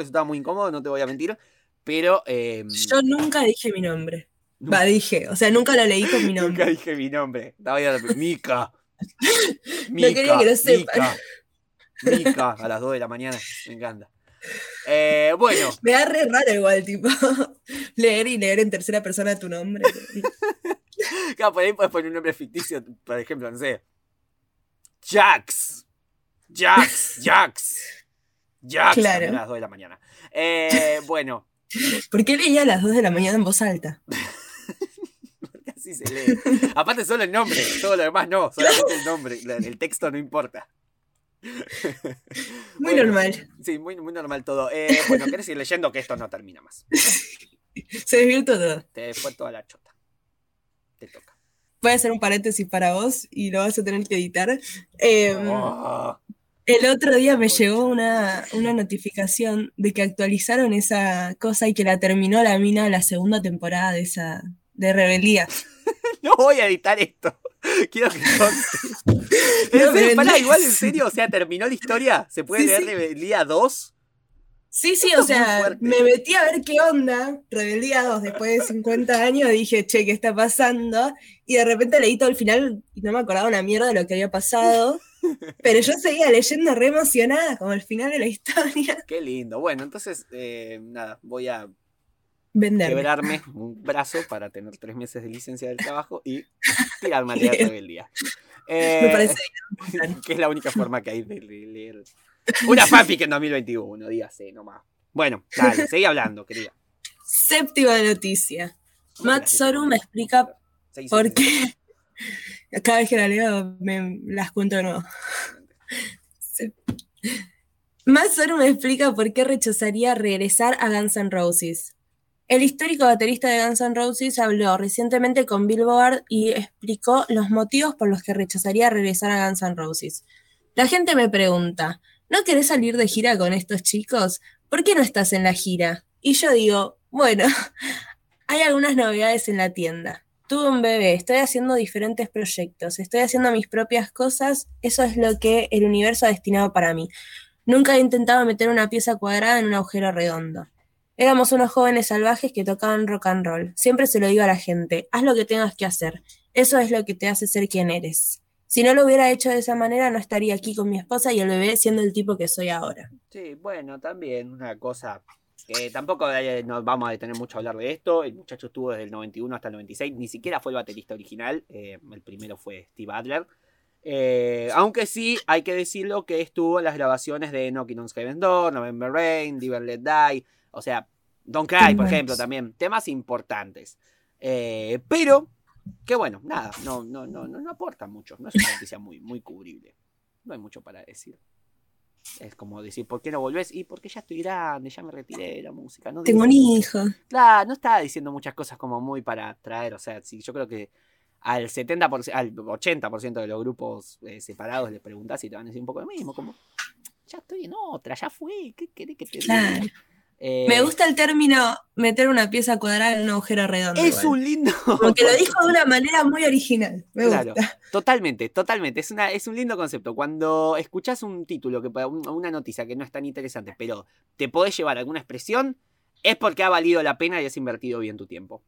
No te voy a mentir. Pero. Yo nunca dije mi nombre. Dije. O sea, nunca lo leí con mi nombre. Nunca dije mi nombre. Estaba ahí Mica. No quería que lo sepan. Mica a las 2 de la mañana. Me encanta. Bueno, Me da re raro igual, tipo, leer y leer en tercera persona tu nombre. claro, por ahí puedes poner un nombre ficticio, por ejemplo, no sé. Jax. Jax. También a Claro. las 2 de la mañana. Bueno, ¿Por qué leía a las 2 de la mañana en voz alta? así se lee. Aparte solo el nombre, todo lo demás no, solamente el nombre, el texto no importa. Muy Bueno, normal. sí, muy, muy normal todo. Bueno, ¿querés ir leyendo? Que esto no termina más. Se desvirtuó todo. Te fue toda la chota. Te toca. Voy a hacer un paréntesis para vos y lo vas a tener que editar. Oh, El otro día me Concha. llegó una notificación de que actualizaron esa cosa y que la terminó la mina la segunda temporada de Rebeldía. no voy a editar esto. Quiero que conste. No, pero Pará, en igual en serio. serio, o sea, terminó la historia. ¿Se puede Sí, leer sí. Rebeldía 2? Sí, sí, Esto o es muy sea, fuerte. me metí a ver qué onda, Rebeldía 2 después de 50 años, dije, che, ¿qué está pasando? Y de repente leí todo el final y no me acordaba una mierda de lo que había pasado, pero yo seguía leyendo re emocionada, como el final de la historia. Qué lindo. Bueno, entonces, nada, voy a Venderme. quebrarme un brazo para tener 3 meses de licencia del trabajo y tirarme a leer Rebeldía. Me parece bien. Que es la única forma que hay de leer una fanfic en 2021, dígase nomás. Bueno, dale, seguí hablando, querida. Séptima noticia. ¿Cómo Matt que la Sorum me explica Seguí, por seguí, qué. Cada vez que la leo, me las cuento de nuevo. Matt Sorum me explica por qué rechazaría regresar a Guns N' Roses. El histórico baterista de Guns N' Roses habló recientemente con Billboard y explicó los motivos por los que rechazaría regresar a Guns N' Roses. La gente me pregunta, ¿no querés salir de gira con estos chicos? ¿Por qué no estás en la gira? Y yo digo, bueno, hay algunas novedades en la tienda. Tuve un bebé, estoy haciendo diferentes proyectos, estoy haciendo mis propias cosas, eso es lo que el universo ha destinado para mí. Nunca he intentado meter una pieza cuadrada en un agujero redondo. Éramos unos jóvenes salvajes que tocaban rock and roll. Siempre se lo digo a la gente, haz lo que tengas que hacer. Eso es lo que te hace ser quien eres. Si no lo hubiera hecho de esa manera, no estaría aquí con mi esposa y el bebé siendo el tipo que soy ahora. Sí, bueno, también una cosa que tampoco nos vamos a detener mucho a hablar de esto. El muchacho estuvo desde el 91 hasta el 96, ni siquiera fue el baterista original. El primero fue Steve Adler. Aunque sí, hay que decirlo que estuvo en las grabaciones de Knocking on Heaven's Door, November Rain, Live and Let Die. O sea, Don't Cry, por ejemplo, también. Temas importantes. Pero, que bueno, nada, no aporta mucho. No es una noticia muy, muy cubrible. No hay mucho para decir. Es como decir, ¿por qué no volvés? Y porque ya estoy grande, ya me retiré de la música. No Tengo un hijo. Claro, no estaba diciendo muchas cosas como muy para traer. O sea, sí, yo creo que al 70%, al 80% de los grupos separados les preguntás y te van a decir un poco lo mismo. Como, ya estoy en otra, ya fue. ¿Qué querés que te diga? Claro. Me gusta el término meter una pieza cuadrada en un agujero redondo. Es un lindo. Porque lo dijo de una manera muy original. Me Claro, gusta. totalmente. Es un lindo concepto. Cuando escuchás un título, una noticia que no es tan interesante, pero te podés llevar alguna expresión, es porque ha valido la pena y has invertido bien tu tiempo.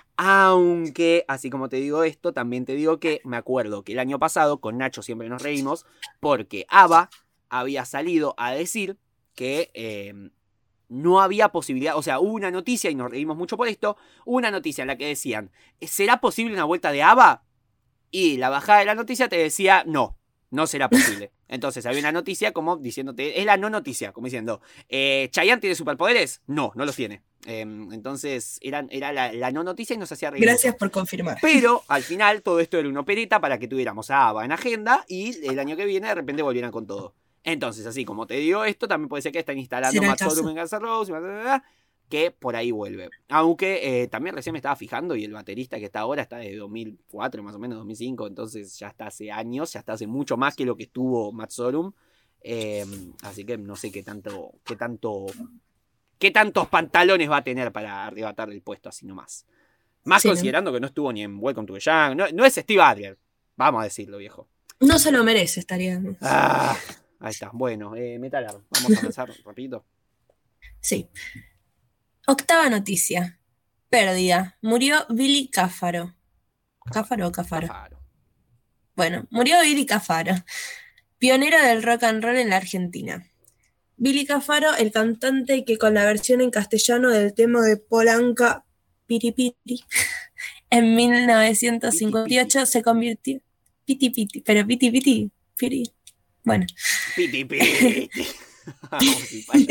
Aunque, así como te digo esto, también te digo que me acuerdo que el año pasado, con Nacho siempre nos reímos, porque ABBA había salido a decir que no había posibilidad, o sea, hubo una noticia, y nos reímos mucho por esto, una noticia en la que decían, ¿será posible una vuelta de ABBA? Y la bajada de la noticia te decía, no será posible. Entonces había una noticia como diciéndote, es la no noticia, como diciendo, ¿Chayanne tiene superpoderes? No los tiene. Entonces era la no noticia y nos hacía reír. Gracias por confirmar. Pero al final todo esto era una opereta para que tuviéramos a ABBA en agenda y el año que viene de repente volvieran con todo. Entonces, así como te digo esto, también puede ser que están instalando Matt Sorum en Guns N' Roses, que por ahí vuelve. Aunque también recién me estaba fijando y el baterista que está ahora está desde 2004, más o menos 2005, entonces ya está hace años, ya está hace mucho más que lo que estuvo Matt Sorum. Así que no sé qué tantos pantalones va a tener para arrebatarle el puesto así nomás. Más sí, considerando que no estuvo ni en Welcome to the Jungle. No es Steve Adler, vamos a decirlo, viejo. No se lo merece, estaría. Ahí está. Bueno, Metalar, vamos a avanzar rapidito. Sí. Octava noticia. Pérdida. Murió Billy Cáfaro. ¿Cáfaro o Cáfaro? Cáfaro. Bueno, murió Billy Cáfaro, pionero del rock and roll en la Argentina. Billy Cafaro, el cantante que con la versión en castellano del tema de Polanca, Piri Piri, en Piti, 1958 se convirtió. Piti Piti, pero Piti Piti, Piri. Bueno. piti, piti. Como si pasa.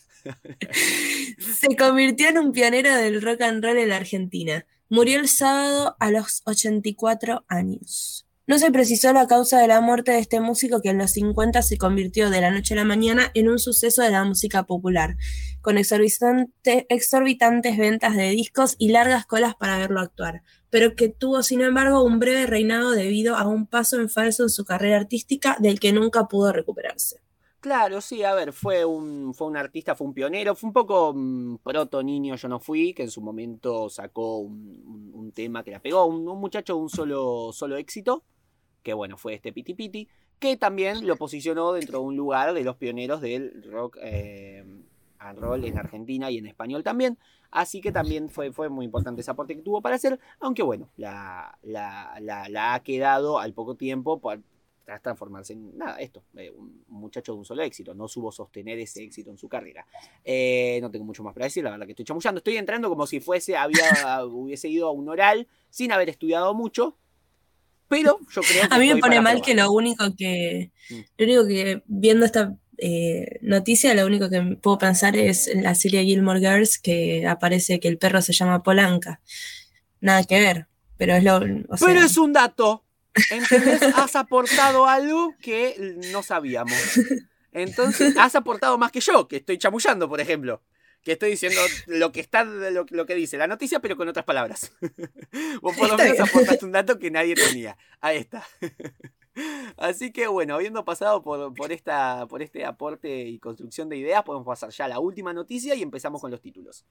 Se convirtió en un pionero del rock and roll en la Argentina. Murió el sábado a los 84 años. No se precisó la causa de la muerte de este músico que en los 50 se convirtió de la noche a la mañana en un suceso de la música popular, con exorbitantes ventas de discos y largas colas para verlo actuar, pero que tuvo sin embargo un breve reinado debido a un paso en falso en su carrera artística del que nunca pudo recuperarse. Claro, sí, a ver, fue un artista, fue un pionero, fue un poco proto niño yo no fui, que en su momento sacó un tema que la pegó, un muchacho de un solo éxito, que bueno, fue este Piti Piti, que también lo posicionó dentro de un lugar de los pioneros del rock and roll en Argentina y en español también, así que también fue muy importante ese aporte que tuvo para hacer, aunque bueno, la ha quedado al poco tiempo tras transformarse en nada, un muchacho de un solo éxito, no supo sostener ese éxito en su carrera. No tengo mucho más para decir, la verdad que estoy chamullando, estoy entrando como si hubiese ido a un oral sin haber estudiado mucho, pero yo creo que a mí me pone mal probar. que lo único que viendo esta noticia, lo único que puedo pensar es en la serie Gilmore Girls, que aparece que el perro se llama Polanca. Nada que ver, pero es pero es un dato. ¿Entendés? Has aportado algo que no sabíamos. Entonces, has aportado más que yo, que estoy chamullando, por ejemplo. Que estoy diciendo lo que dice la noticia, pero con otras palabras. Vos por lo menos aportaste un dato que nadie tenía. Ahí está. Así que bueno, habiendo pasado por este aporte y construcción de ideas, podemos pasar ya a la última noticia y empezamos con los títulos.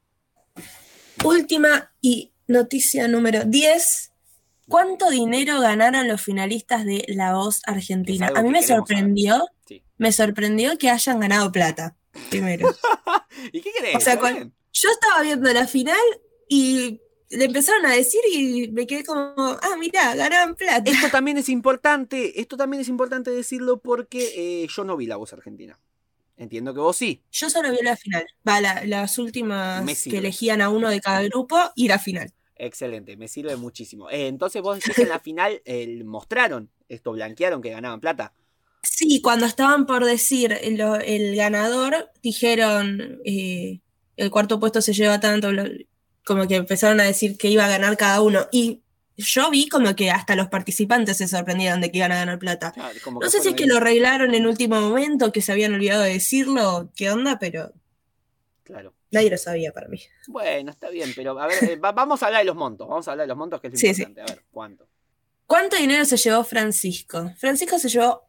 Última y noticia número 10. ¿Cuánto dinero ganaron los finalistas de La Voz Argentina? A mí me sorprendió, que hayan ganado plata, primero. ¿Y qué querés? O sea, yo estaba viendo la final y le empezaron a decir y me quedé como, mirá, ganaron plata. Esto también es importante decirlo porque yo no vi La Voz Argentina. Entiendo que vos sí. Yo solo vi la final, las últimas que elegían a uno de cada grupo y la final. Excelente, me sirve muchísimo. Entonces vos decís que en la final mostraron esto, blanquearon que ganaban plata. Sí, cuando estaban por decir el ganador, dijeron el cuarto puesto se lleva tanto, como que empezaron a decir que iba a ganar cada uno. Y yo vi como que hasta los participantes se sorprendieron de que iban a ganar plata. Claro, no sé si es que lo arreglaron en último momento, que se habían olvidado de decirlo, qué onda, pero claro. Nadie lo sabía para mí. Bueno, está bien, pero a ver, vamos a hablar de los montos. Vamos a hablar de los montos, que es lo importante. A ver, ¿cuánto? ¿Cuánto dinero se llevó Francisco? Francisco se llevó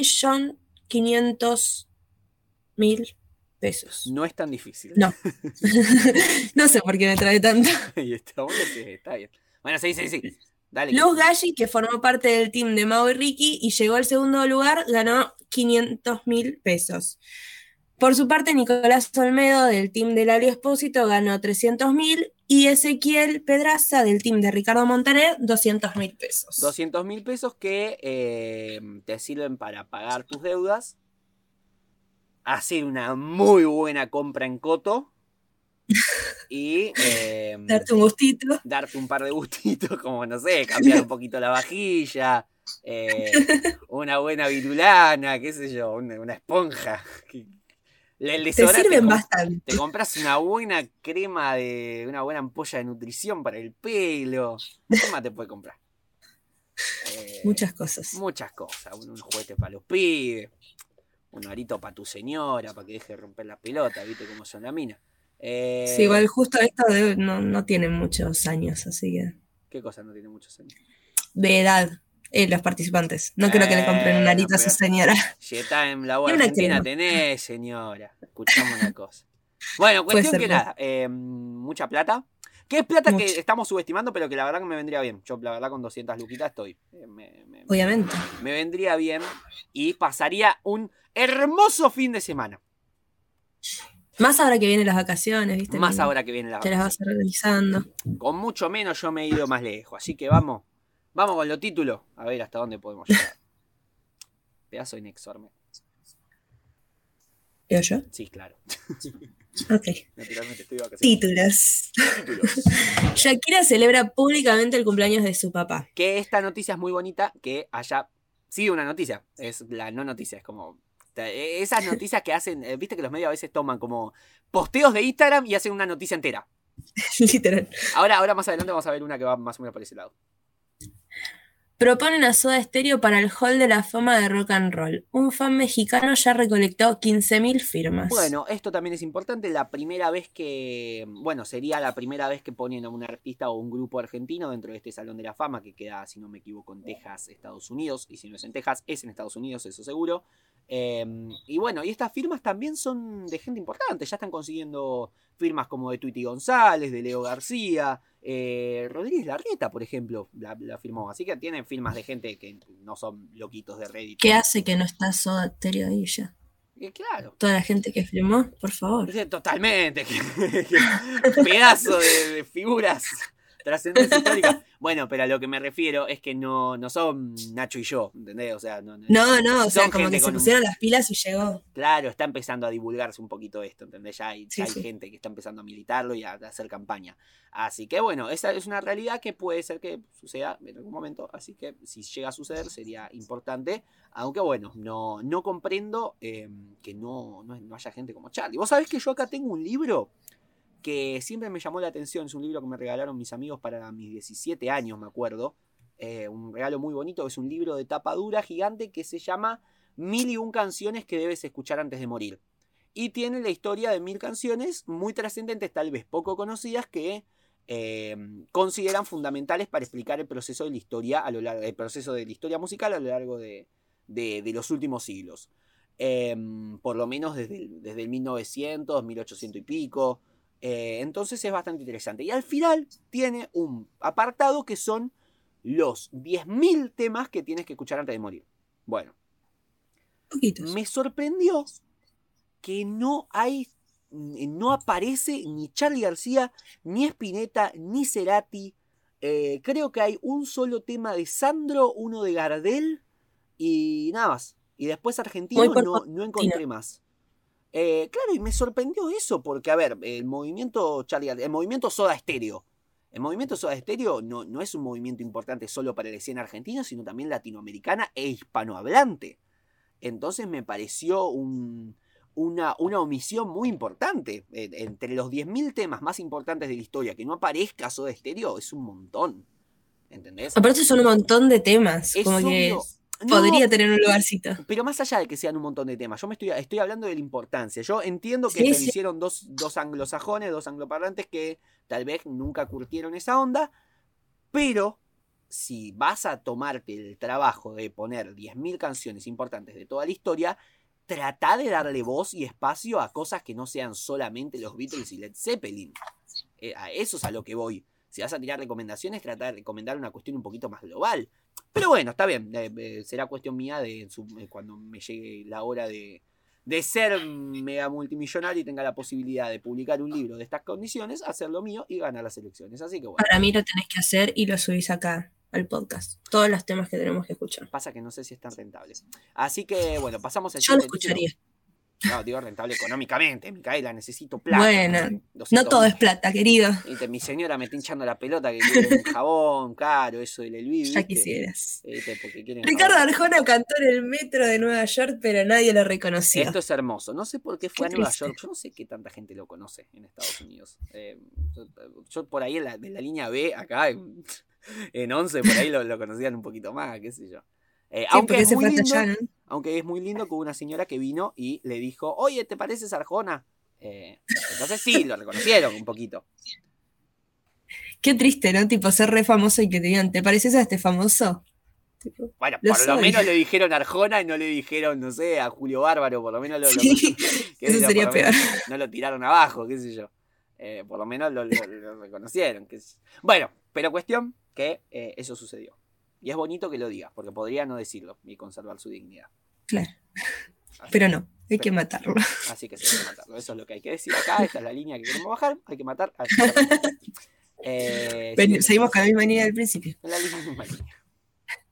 1.500.000 pesos. No es tan difícil. No. No sé por qué me trae tanto. Y está bien. Bueno, sí. Dale. Luz Galli, que formó parte del team de Mau y Ricky y llegó al segundo lugar, ganó 500.000 pesos. Por su parte, Nicolás Olmedo, del team de Lali Espósito, ganó 300.000 y Ezequiel Pedraza, del team de Ricardo Montaner, 200.000 pesos. 200.000 pesos que te sirven para pagar tus deudas, hacer una muy buena compra en Coto y darte un gustito. Darte un par de gustitos, como no sé, cambiar un poquito la vajilla, una buena virulana, qué sé yo, una esponja. Te sirven bastante. Te compras una buena crema una buena ampolla de nutrición para el pelo. ¿Qué más te puedes comprar? Muchas cosas. Unos juguetes para los pibes, un arito para tu señora, para que deje de romper la pelota, viste cómo son las minas. Sí, igual justo esto no tiene muchos años, así que... ¿Qué cosa no tiene muchos años? De edad. Los participantes. No creo que le compren un arito a su señora. Si está en la Voz Argentina tenés, señora. Escuchamos una cosa. Bueno, cuestión que nada. Mucha plata. Que es plata que estamos subestimando, pero que la verdad que me vendría bien. Yo, la verdad, con 200 luquitas estoy. Obviamente. Me vendría bien y pasaría un hermoso fin de semana. Más ahora que vienen las vacaciones, ¿viste? Más ahora que vienen las vacaciones. Te las vas organizando. Con mucho menos yo me he ido más lejos. Así que vamos con los títulos. A ver hasta dónde podemos llegar. Pedazo inexorme. ¿Leo yo? Sí, claro. Ok. Naturalmente estoy de vacaciones. Títulos. Títulos. Shakira celebra públicamente el cumpleaños de su papá. Que esta noticia es muy bonita, que haya sido una noticia. Es la no noticia, es como... Esas noticias que hacen, viste que los medios a veces toman como posteos de Instagram y hacen una noticia entera. Literal. Ahora más adelante vamos a ver una que va más o menos por ese lado. Proponen a Soda Stereo para el Hall de la Fama de Rock and Roll. Un fan mexicano ya recolectó 15.000 firmas. Bueno, esto también es importante. La primera vez que... Bueno, sería la primera vez que ponen a un artista o un grupo argentino dentro de este Salón de la Fama, que queda, si no me equivoco, en Texas, Estados Unidos. Y si no es en Texas, es en Estados Unidos, eso seguro. Y bueno, y estas firmas también son de gente importante. Ya están consiguiendo firmas como de Tweety González, de Leo García... Rodríguez Larreta, por ejemplo, la firmó. Así que tienen firmas de gente que no son loquitos de Reddit. ¿Qué hace que no está Soda Stereo ahí ya? Claro. Toda la gente que firmó, por favor. Totalmente. Pedazo de figuras trascendentes históricas. Bueno, pero a lo que me refiero es que no son Nacho y yo, ¿entendés? O sea, No, o sea, como que se pusieron las pilas y llegó. Claro, está empezando a divulgarse un poquito esto, ¿entendés? Ya hay Sí. gente que está empezando a militarlo y a hacer campaña. Así que bueno, esa es una realidad que puede ser que suceda en algún momento. Así que si llega a suceder sería importante. Aunque bueno, no comprendo que no haya gente como Charlie. Vos sabés que yo acá tengo un libro que siempre me llamó la atención. Es un libro que me regalaron mis amigos para mis 17 años, me acuerdo. Un regalo muy bonito. Es un libro de tapa dura gigante que se llama 1001 canciones que debes escuchar antes de morir. Y tiene la historia de 1000 canciones muy trascendentes, tal vez poco conocidas, que consideran fundamentales para explicar el proceso de la historia el proceso de la historia musical a lo largo de los últimos siglos. Por lo menos desde el 1900, 1800 y pico. Entonces es bastante interesante. Y al final tiene un apartado que son los 10.000 temas que tienes que escuchar antes de morir. Bueno, Poquitos. me sorprendió que no aparece ni Charly García, ni Spinetta, ni Cerati. Creo que hay un solo tema de Sandro, uno de Gardel y nada más. Y después argentino no encontré más. Claro, y me sorprendió eso, porque a ver, el movimiento Soda Stereo. El movimiento Soda Stereo no es un movimiento importante solo para la escena argentina, sino también latinoamericana e hispanohablante. Entonces me pareció una omisión muy importante. Entre los 10.000 temas más importantes de la historia, que no aparezca Soda Stereo es un montón. ¿Entendés? Aparte son un montón de temas. Es como obvio. que podría tener un lugarcito. Pero más allá de que sean un montón de temas, yo estoy hablando de la importancia. Yo entiendo que Sí, se hicieron dos anglosajones, dos angloparlantes que tal vez nunca curtieron esa onda, pero si vas a tomarte el trabajo de poner 10.000 canciones importantes de toda la historia, trata de darle voz y espacio a cosas que no sean solamente los Beatles y Led Zeppelin. A eso es a lo que voy. Si vas a tirar recomendaciones, trata de recomendar una cuestión un poquito más global. Pero bueno, está bien. Será cuestión mía de cuando me llegue la hora de ser mega multimillonario y tenga la posibilidad de publicar un libro de estas condiciones, hacer lo mío y ganar las elecciones. Así que bueno. Para mí lo tenés que hacer y lo subís acá al podcast. Todos los temas que tenemos que escuchar. Pasa que no sé si es tan rentable. Así que bueno, pasamos al Yo lo siguiente escucharía. título. No, digo rentable económicamente, Micaela, necesito plata. Bueno, no todo es plata, querido. Mi señora me está hinchando la pelota que quiere un jabón caro, eso del Elvi. Ya quisieras. Porque quieren Ricardo Arjona cantó en el metro de Nueva York, pero nadie lo reconoció. Esto es hermoso. No sé por qué fue Qué a Nueva triste. York. Yo no sé qué tanta gente lo conoce en Estados Unidos. Yo por ahí en la línea B, acá en 11, por ahí lo conocían un poquito más, qué sé yo. Aunque es muy lindo, allá, ¿no? aunque es muy lindo que hubo una señora que vino y le dijo, oye, ¿te pareces a Arjona? Entonces sí, lo reconocieron un poquito. Qué triste, ¿no? Tipo, ser re famoso y que te digan, ¿te pareces a este famoso? Tipo, Bueno, lo por lo soy. menos le dijeron a Arjona y no le dijeron, no sé, a Julio Bárbaro, por lo menos Sí, eso sería peor. No lo tiraron abajo, qué sé yo. Por lo menos lo reconocieron. Bueno, pero cuestión que eso sucedió. Y es bonito que lo diga, porque podría no decirlo y conservar su dignidad. Claro. Así, Pero no, hay que matarlo. Así que sí, hay que matarlo. Eso es lo que hay que decir acá. Esta es la línea que queremos bajar. Hay que matar a Seguimos con la misma línea del principio. en la misma línea.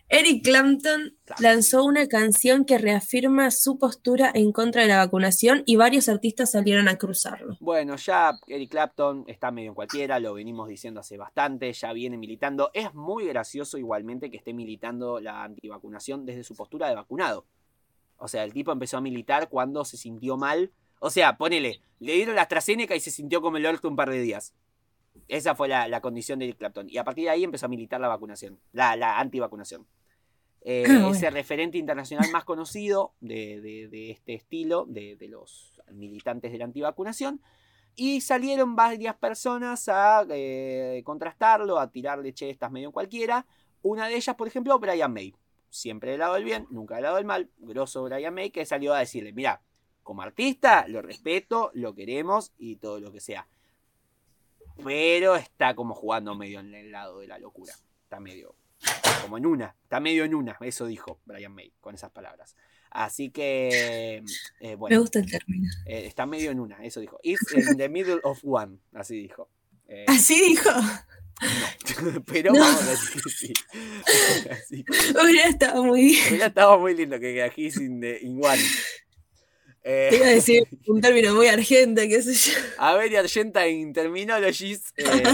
Eric Clapton lanzó una canción que reafirma su postura en contra de la vacunación y varios artistas salieron a cruzarlo. Bueno, ya Eric Clapton está medio en cualquiera, lo venimos diciendo hace bastante, ya viene militando. Es muy gracioso igualmente que esté militando la antivacunación desde su postura de vacunado. O sea, el tipo empezó a militar cuando se sintió mal. O sea, ponele, le dieron la AstraZeneca y se sintió como el orto un par de días. Esa fue la condición de Eric Clapton. Y a partir de ahí empezó a militar la vacunación, la antivacunación. Es el referente internacional más conocido de este estilo, de los militantes de la antivacunación. Y salieron varias personas a contrastarlo, a tirarle chestas medio en cualquiera. Una de ellas, por ejemplo, Brian May. Siempre del lado del bien, nunca del lado del mal. Grosso Brian May, que salió a decirle, mira, como artista lo respeto, lo queremos y todo lo que sea. Pero está como jugando medio en el lado de la locura. Está medio como en una. Está medio en una. Eso dijo Brian May con esas palabras. Así que, bueno. Me gusta el término. Está medio en una. Eso dijo. It's in the middle of one. Así dijo. ¿Así dijo? No. Pero no. vamos a decir que sí. Así. Hubiera estado muy bien. Hubiera estado muy lindo que aquí in one. Te iba a decir un término muy argenta, qué sé yo. A ver, Argenta in Terminologies.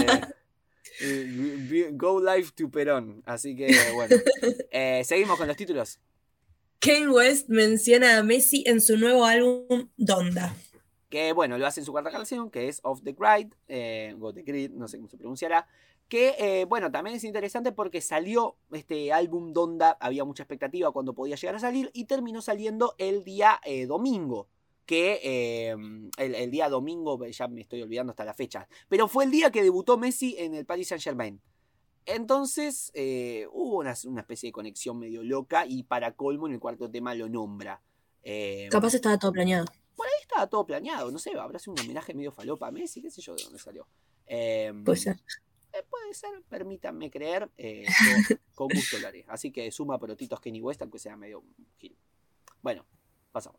Go live to Perón. Así que, bueno. Seguimos con los títulos. Kanye West menciona a Messi en su nuevo álbum Donda. Que, bueno, lo hace en su cuarta canción, que es Off the Grid. Go the Grid, no sé cómo se pronunciará. Que, bueno, también es interesante porque salió este álbum Donda, había mucha expectativa cuando podía llegar a salir y terminó saliendo el día domingo. Que el día domingo, ya me estoy olvidando hasta la fecha, pero fue el día que debutó Messi en el Paris Saint-Germain. Entonces hubo una especie de conexión medio loca y para colmo en el cuarto tema lo nombra. Capaz estaba todo planeado. Por ahí estaba todo planeado, no sé, habrá sido un homenaje medio falopa a Messi, qué sé yo de dónde salió. Puede ser. Puede ser, permítanme creer, yo con gusto lo haré. Así que suma porotitos Kanye West, aunque sea medio gil. Bueno, pasamos.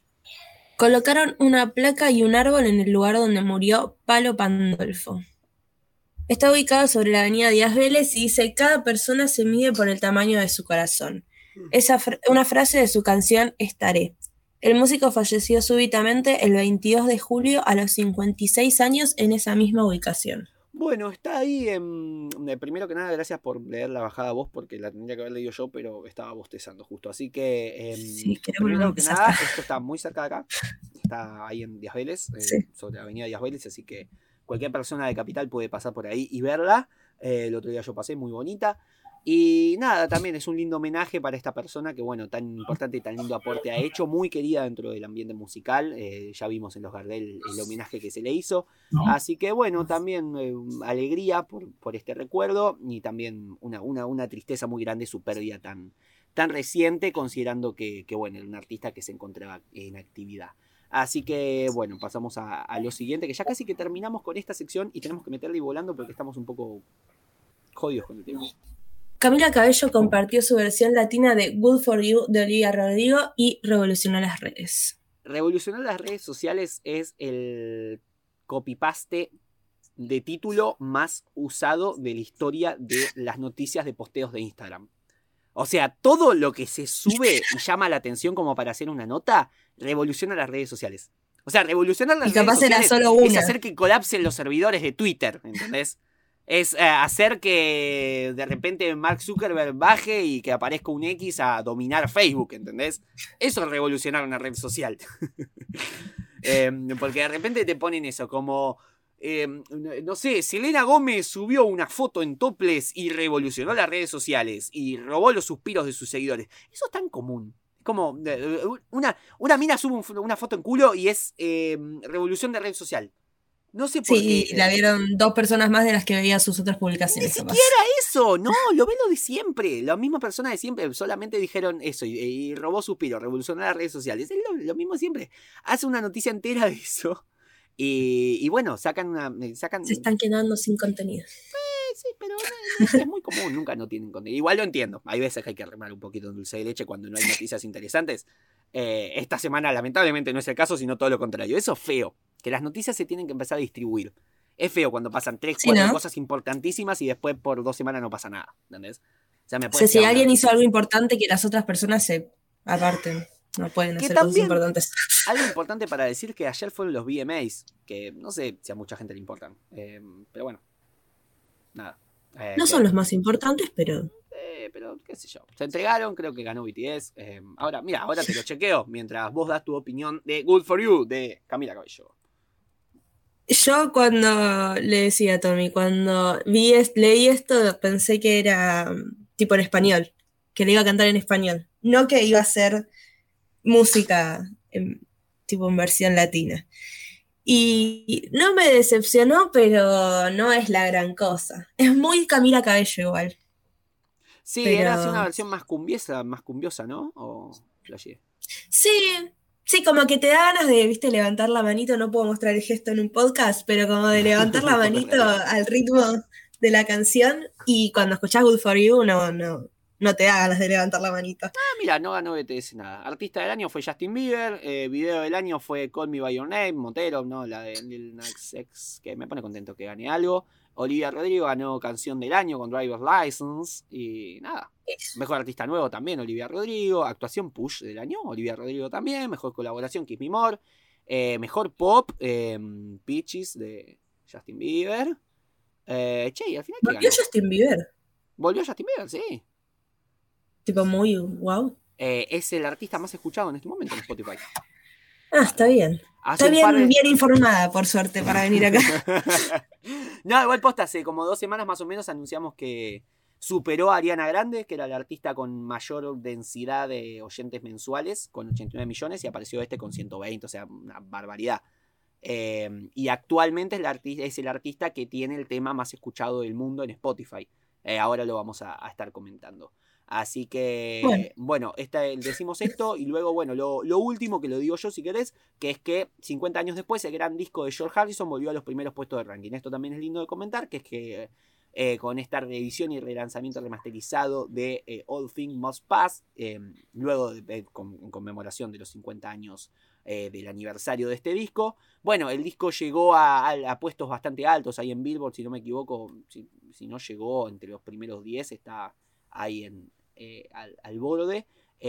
Colocaron una placa y un árbol en el lugar donde murió Palo Pandolfo. Está ubicado sobre la avenida Díaz Vélez y dice: cada persona se mide por el tamaño de su corazón. Una frase de su canción Estaré. El músico falleció súbitamente el 22 de julio a los 56 años en esa misma ubicación. Bueno, está ahí. Primero que nada, gracias por leer la bajada voz, porque la tendría que haber leído yo, pero estaba bostezando justo. Así que, sí, primero que nada, esto está muy cerca de acá. Está ahí en Díaz Vélez, sí. Sobre la avenida Díaz Vélez, así que cualquier persona de Capital puede pasar por ahí y verla. El otro día yo pasé, muy bonita. Y nada, también es un lindo homenaje para esta persona que, bueno, tan importante y tan lindo aporte ha hecho, muy querida dentro del ambiente musical. Ya vimos en los Gardel el homenaje que se le hizo. Así que, bueno, también alegría por este recuerdo y también una tristeza muy grande su pérdida tan reciente, considerando que, bueno, era un artista que se encontraba en actividad. Así que, bueno, pasamos a lo siguiente, que ya casi que terminamos con esta sección y tenemos que meterle volando porque estamos un poco jodidos con el tiempo. Camila Cabello compartió su versión latina de Good For You de Olivia Rodrigo y revolucionó las redes. Revolucionar las redes sociales es el copy-paste de título más usado de la historia de las noticias de posteos de Instagram. O sea, todo lo que se sube y llama la atención como para hacer una nota, revoluciona las redes sociales. O sea, revolucionar las redes sociales era solo una. Es hacer que colapsen los servidores de Twitter, ¿entendés? Es hacer que de repente Mark Zuckerberg baje y que aparezca un X a dominar Facebook, ¿entendés? Eso es revolucionar una red social. Porque de repente te ponen eso, como, no sé, Selena Gómez subió una foto en topless y revolucionó las redes sociales y robó los suspiros de sus seguidores. Eso es tan común. Como una mina sube una foto en culo y es revolución de red social. No sé por qué. Sí, la vieron 2 personas más de las que veía sus otras publicaciones. Ni siquiera eso, no, lo ven lo de siempre. La misma persona de siempre, solamente dijeron eso y robó suspiro, revolucionó las redes sociales. Es lo mismo siempre. Hace una noticia entera de eso y bueno, sacan. Se están quedando sin contenido. Sí, pero es muy común, nunca no tienen contenido. Igual lo entiendo, hay veces que hay que remar un poquito de dulce de leche cuando no hay noticias interesantes. Esta semana lamentablemente no es el caso, sino todo lo contrario. Eso es feo, que las noticias se tienen que empezar a distribuir. Es feo cuando pasan 3, 4 cosas importantísimas y después por 2 semanas no pasa nada, ¿entendés? sea, me O puede sea, si tirar alguien una- hizo algo importante, que las otras personas se aparten. No pueden Que hacer cosas también, importantes. algo importante para decir que ayer fueron los VMAs, que no sé si a mucha gente le importan. Pero bueno, nada. No son los más importantes, pero... Pero qué sé yo. Se entregaron, creo que ganó BTS. Ahora, mira, ahora te lo chequeo mientras vos das tu opinión de Good For You de Camila Cabello. Yo cuando le decía a Tommy, cuando leí esto, pensé que era tipo en español, que le iba a cantar en español, no que iba a ser música tipo en versión latina. Y no me decepcionó, pero no es la gran cosa. Es muy Camila Cabello igual, Sí, era así una pero versión más cumbiosa, ¿no? O flasheé. sí, sí, como que te da ganas de, viste, levantar la manito, no puedo mostrar el gesto en un podcast, pero como de levantar la manito al ritmo de la canción y cuando escuchás Good For You no te da ganas de levantar la manito. Mira, no ganó BTS nada. Artista del año fue Justin Bieber. Video del año fue Call Me By Your Name, Montero, ¿no? La de Lil Nas X, que me pone contento que gane algo. Olivia Rodrigo ganó canción del año con Driver's License. Y nada. Mejor artista nuevo también, Olivia Rodrigo. Actuación Push del año, Olivia Rodrigo también. Mejor colaboración, Kiss Me More. Mejor pop, Peaches de Justin Bieber. Y al final, ¿qué ¿Volvió ganó? Justin Bieber? Volvió Justin Bieber, sí. Tipo muy wow. Es el artista más escuchado en este momento en Spotify. Ah, está bien. Hace Está un par de... bien informada, por suerte, para venir acá. No, igual posta, hace como 2 semanas más o menos anunciamos que superó a Ariana Grande, que era la artista con mayor densidad de oyentes mensuales, con 89 millones, y apareció este con 120, o sea, una barbaridad. Y actualmente es el artista que tiene el tema más escuchado del mundo en Spotify. Ahora lo vamos a estar comentando. Así que, bueno, decimos esto y luego, bueno, lo último que lo digo yo si querés, que es que 50 años después el gran disco de George Harrison volvió a los primeros puestos de ranking. Esto también es lindo de comentar, que es que con esta reedición y relanzamiento remasterizado de All Things Must Pass, luego en conmemoración de los 50 años del aniversario de este disco. Bueno, el disco llegó a puestos bastante altos ahí en Billboard, si no me equivoco, si no llegó entre los primeros 10, está ahí al borde.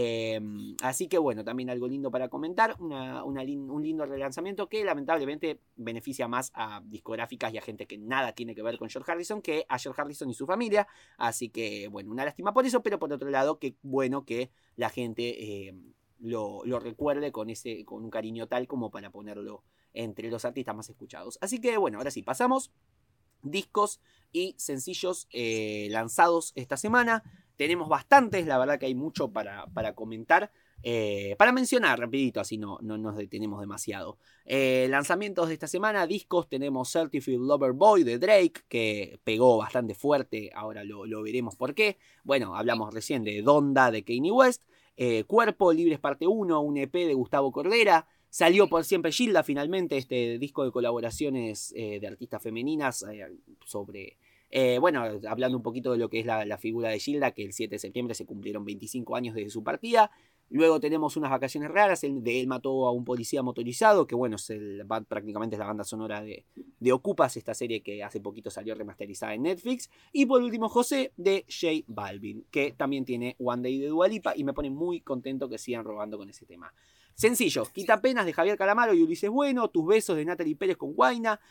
Así que bueno, también algo lindo para comentar, un lindo relanzamiento que lamentablemente beneficia más a discográficas y a gente que nada tiene que ver con George Harrison que a George Harrison y su familia. Así que bueno, una lástima por eso, pero por otro lado, que bueno que la gente lo recuerde con un cariño tal como para ponerlo entre los artistas más escuchados. Así que bueno, ahora sí, pasamos discos y sencillos lanzados esta semana. Tenemos bastantes, la verdad que hay mucho para comentar. Para mencionar rapidito, así no nos detenemos demasiado. Lanzamientos de esta semana, discos, tenemos Certified Lover Boy de Drake, que pegó bastante fuerte, ahora lo veremos por qué. Bueno, hablamos recién de Donda de Kanye West. Cuerpo Libres parte 1, un EP de Gustavo Cordera. Salió Por Siempre Gilda finalmente, este disco de colaboraciones de artistas femeninas sobre... bueno, hablando un poquito de lo que es la figura de Gilda, que el 7 de septiembre se cumplieron 25 años desde su partida. Luego tenemos Unas vacaciones raras, de Él mató a un policía motorizado, que bueno, prácticamente es la banda sonora de Ocupas, esta serie que hace poquito salió remasterizada en Netflix. Y por último, José, de J Balvin, que también tiene One Day de Dua Lipa, y me pone muy contento que sigan robando con ese tema. Sencillo, Quita Penas de Javier Calamaro y Ulises Bueno, Tus Besos de Natalie Pérez con Guaina,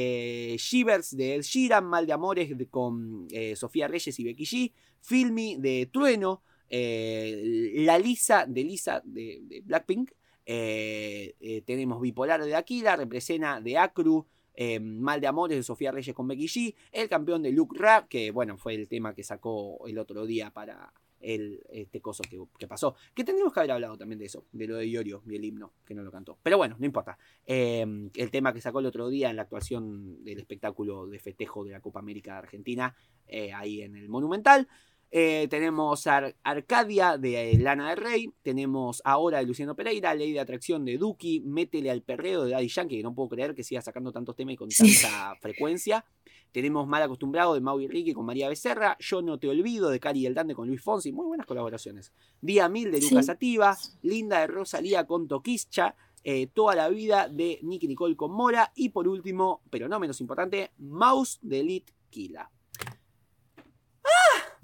Shivers de Ed Sheeran, Mal de Amores con Sofía Reyes y Becky G, Filmy de Trueno, La Lisa de Blackpink, tenemos Bipolar de Aquila, Represena de Acru, Mal de Amores de Sofía Reyes con Becky G, El Campeón de Luke Rap, que bueno, fue el tema que sacó el otro día para... este coso que pasó, que tendríamos que haber hablado también de eso, de lo de Iorio y el himno, que no lo cantó, pero bueno, no importa. El tema que sacó el otro día en la actuación del espectáculo de festejo de la Copa América de Argentina, ahí en el Monumental. Tenemos Arcadia de Lana del Rey, tenemos Ahora de Luciano Pereira, Ley de Atracción de Duki, Métele al Perreo de Daddy Yankee, que no puedo creer que siga sacando tantos temas y con tanta frecuencia. Tenemos Mal Acostumbrado de Mau y Ricky con María Becerra, Yo No Te Olvido de Cari y el Dande con Luis Fonsi, muy buenas colaboraciones. Día 1000 de Lucas Sativa, Linda de Rosalía con Toquischa, Toda la Vida de Nicky Nicole con Mora, y por último, pero no menos importante, Mouse de Lit Kila.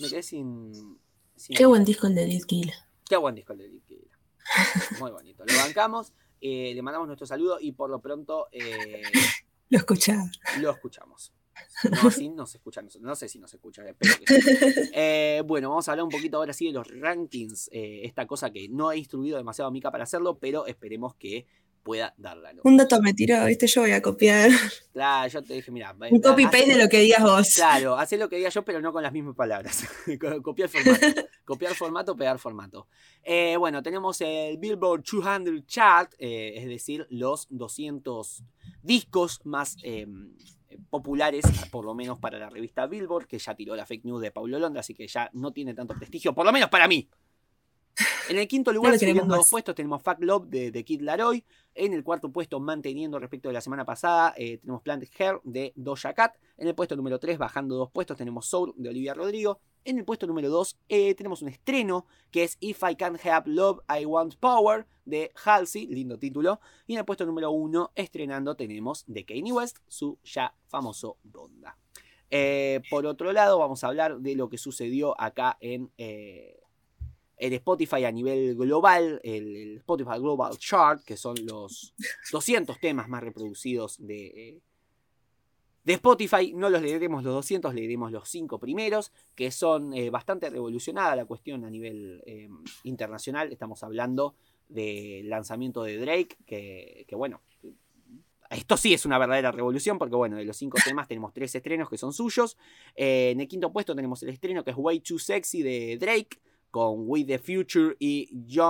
Me quedé sin Qué buen disco el de Litkila. Qué buen disco el de Litkila. Muy bonito. Lo bancamos, le mandamos nuestro saludo y por lo pronto Lo escuchaba. lo escuchamos. No, así no se escucha. No sé si nos escucha, espero que sí. Bueno, vamos a hablar un poquito ahora sí de los rankings. Esta cosa que no he instruido demasiado a Mica para hacerlo, pero esperemos que pueda darla, ¿no? Un dato me tiró, ¿viste? Yo voy a copiar. Claro, yo te dije, mira. Un copy-paste de lo que digas vos. Claro, hacé lo que diga yo, pero no con las mismas palabras. Copiar formato. Copiar formato, pegar formato. Bueno, tenemos el Billboard 200 Chart, es decir, los 200 discos más populares, por lo menos para la revista Billboard, que ya tiró la fake news de Paulo Londra, así que ya no tiene tanto prestigio, por lo menos para mí. En el quinto lugar, subiendo 2 puestos, tenemos Fuck Love de Kid Laroi. En el cuarto puesto, manteniendo respecto de la semana pasada, tenemos Planted Hair de Doja Cat. En el puesto número 3, bajando 2 puestos, tenemos Soul de Olivia Rodrigo. En el puesto número 2 tenemos un estreno que es If I Can't Have Love, I Want Power de Halsey, lindo título. Y en el puesto número 1, estrenando, tenemos de Kanye West, su ya famoso Donda. Por otro lado, vamos a hablar de lo que sucedió acá en el Spotify a nivel global, el Spotify Global Chart, que son los 200 temas más reproducidos de Spotify. No los leeremos los 200, leeremos los 5 primeros, que son bastante revolucionada la cuestión a nivel internacional. Estamos hablando del lanzamiento de Drake, que bueno, esto sí es una verdadera revolución, porque bueno, de los 5 temas tenemos 3 estrenos que son suyos. En el quinto puesto tenemos el estreno que es Way Too Sexy de Drake, con With the Future y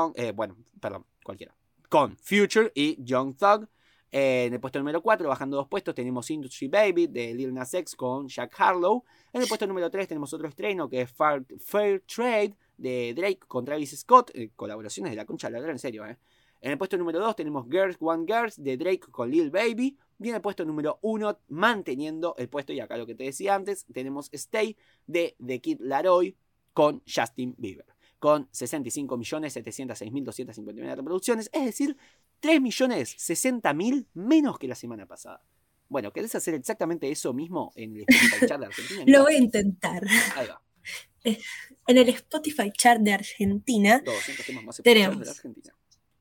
con Future y Young Thug. En el puesto número 4, bajando 2 puestos, tenemos Industry Baby de Lil Nas X con Jack Harlow. En el puesto número 3 tenemos otro estreno que es Fair Trade de Drake con Travis Scott. Colaboraciones de la concha de la lora, en serio. En el puesto número 2 tenemos Girls Want Girls de Drake con Lil Baby. Y en el puesto número 1, manteniendo el puesto, y acá lo que te decía antes, tenemos Stay de The Kid Laroi con Justin Bieber, con 65.706.259 reproducciones, es decir, 3.060.000 menos que la semana pasada. Bueno, ¿querés hacer exactamente eso mismo en el Spotify Chart de Argentina? Lo voy a intentar. Ahí va. En el Spotify Chart de Argentina 200 temas más escuchados de la Argentina.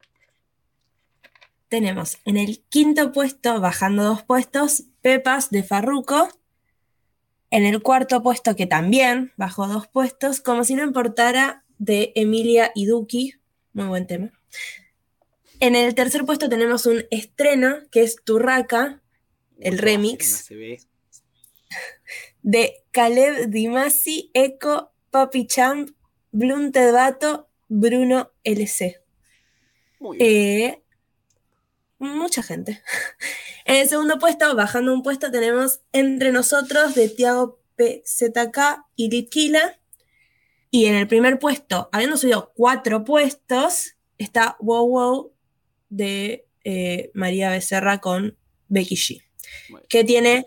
Tenemos en el quinto puesto, bajando 2 puestos, Pepas de Farruko. En el cuarto puesto, que también bajó 2 puestos, Como si no importara, de Emilia y Duki. Muy buen tema. En el tercer puesto tenemos un estreno, que es Turraca, el remix de Caleb Dimasi, Echo, Papi Champ, Blunted Bato, Bruno LC. Muy bien. Mucha gente. En el segundo puesto, bajando un puesto, tenemos Entre Nosotros de Tiago PZK y Litkila. Y en el primer puesto, habiendo subido 4 puestos, está Wow Wow de María Becerra con Becky G, que tiene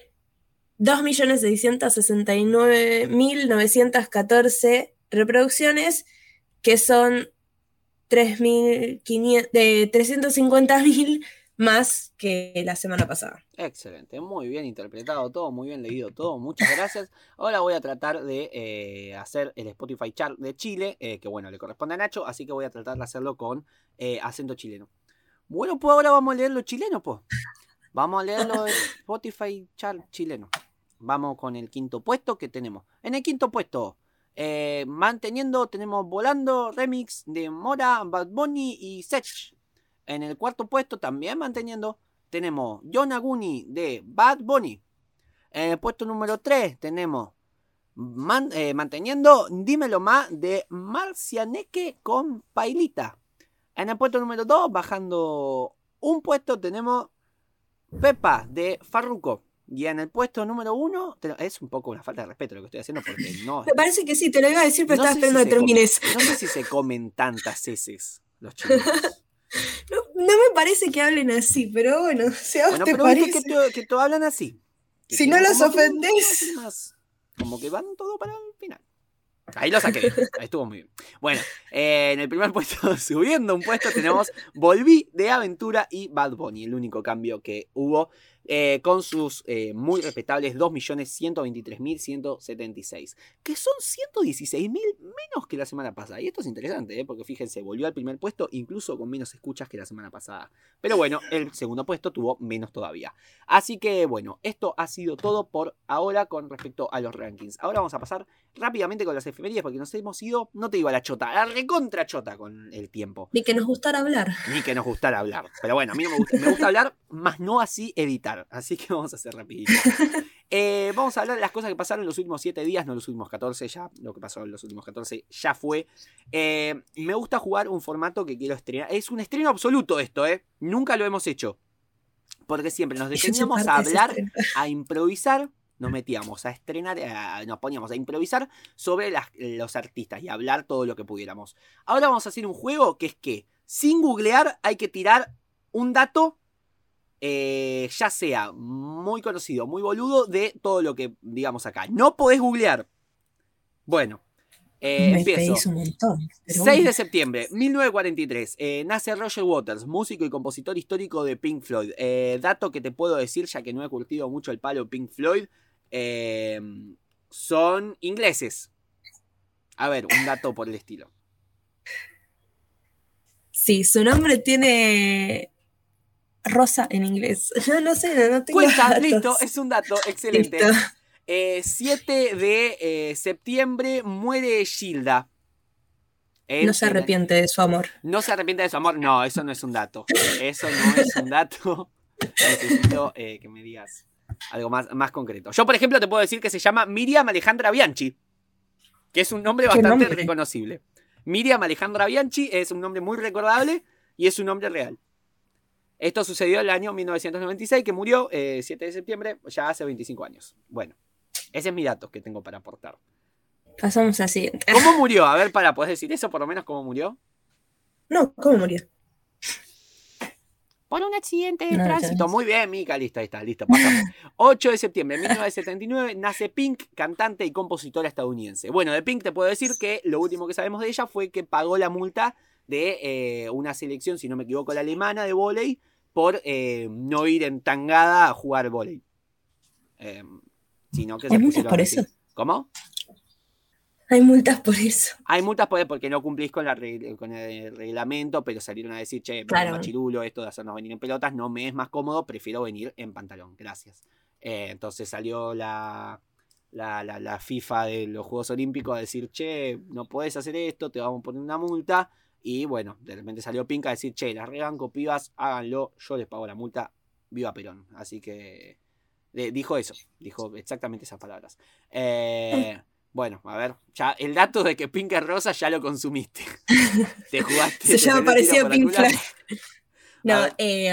2.669.914 reproducciones, que son 350.000 más que la semana pasada. Excelente, muy bien interpretado todo, muy bien leído todo, muchas gracias. Ahora voy a tratar de hacer el Spotify Chart de Chile, que bueno, le corresponde a Nacho, así que voy a tratar de hacerlo con acento chileno. Bueno, pues ahora vamos a leer lo chileno, pues. Vamos a leer lo del Spotify Chart chileno. Vamos con el quinto puesto que tenemos. En el quinto puesto, manteniendo, tenemos Volando, remix de Mora, Bad Bunny y Sech. En el cuarto puesto, también manteniendo, tenemos Yonaguni de Bad Bunny. En el puesto número 3 tenemos manteniendo Dímelo Más de Marcianeque con Pailita. En el puesto número 2, bajando un puesto, tenemos Pepa de Farruko. Y en el puesto número 1, es un poco una falta de respeto lo que estoy haciendo porque no... Me parece que sí, te lo iba a decir, pero estaba esperando que termines. No sé si se comen tantas heces los chilenos. No me parece que hablen así, pero bueno, si a vos te parece... que te hablan así. Si no los ofendés... Como que van todo para el final. Ahí lo saqué, ahí estuvo muy bien. Bueno, en el primer puesto, subiendo un puesto, tenemos Volví de Aventura y Bad Bunny. El único cambio que hubo con sus muy respetables 2.123.176, que son 116.000 menos que la semana pasada. Y esto es interesante, porque fíjense, volvió al primer puesto incluso con menos escuchas que la semana pasada. Pero bueno, el segundo puesto tuvo menos todavía. Así que bueno, esto ha sido todo por ahora con respecto a los rankings. Ahora vamos a pasar rápidamente con las efemérides, porque nos hemos ido, no te digo a la chota, a la recontra chota con el tiempo. Ni que nos gustara hablar. Ni que nos gustara hablar. Pero bueno, a mí no me gusta hablar, más no así editar. Así que vamos a hacer rapidito. Vamos a hablar de las cosas que pasaron en los últimos 7 días, no los últimos 14, ya lo que pasó en los últimos 14 ya fue. Me gusta jugar un formato que quiero estrenar. Es un estreno absoluto esto, nunca lo hemos hecho. Porque siempre nos deteníamos a hablar, a improvisar. Nos metíamos a estrenar, nos poníamos a improvisar sobre los artistas y a hablar todo lo que pudiéramos. Ahora vamos a hacer un juego que es que, sin googlear, hay que tirar un dato, ya sea muy conocido, muy boludo, de todo lo que digamos acá. No podés googlear. Bueno, empiezo. Un montón, 6 de septiembre, 1943, nace Roger Waters, músico y compositor histórico de Pink Floyd. Dato que te puedo decir, ya que no he curtido mucho el palo Pink Floyd, son ingleses. A ver, un dato por el estilo. Sí, su nombre tiene rosa en inglés. Yo no sé, no tengo Cuenta, datos. listo, es un dato, excelente. Listo. 7 de septiembre muere Gilda. No se arrepiente de su amor. No se arrepiente de su amor. No, eso no es un dato. Eso no es un dato. Necesito que me digas algo más concreto. Yo, por ejemplo, te puedo decir que se llama Miriam Alejandra Bianchi, que es un nombre bastante reconocible. Miriam Alejandra Bianchi es un nombre muy recordable y es un nombre real. Esto sucedió el año 1996, que murió 7 de septiembre, ya hace 25 años. Bueno, ese es mi dato que tengo para aportar. Pasamos al siguiente. ¿Cómo murió? A ver, ¿podés decir eso por lo menos cómo murió? No, ¿cómo murió? Por un accidente de tránsito. Muy bien, Mica, listo, ahí está, listo, pasamos. 8 de septiembre de 1979 nace Pink, cantante y compositora estadounidense. Bueno, de Pink te puedo decir que lo último que sabemos de ella fue que pagó la multa de una selección, si no me equivoco, la alemana de vóley, por no ir en tangada a jugar vóley. Sino que ¿Hay multas por eso? ¿Cómo? Hay multas por eso. Hay multas porque no cumplís con el reglamento, pero salieron a decir, che, claro, machirulo, esto de hacernos venir en pelotas no me es más cómodo, prefiero venir en pantalón, gracias. Entonces salió la FIFA de los Juegos Olímpicos a decir, che, no podés hacer esto, te vamos a poner una multa. Y bueno, de repente salió Pink a decir, che, las rebanco, pibas, háganlo, yo les pago la multa, viva Perón. Así que dijo eso, dijo exactamente esas palabras. Bueno, a ver, ya el dato de que Pink es rosa ya lo consumiste. Te jugaste. Se llama parecido a Pink Floyd. No,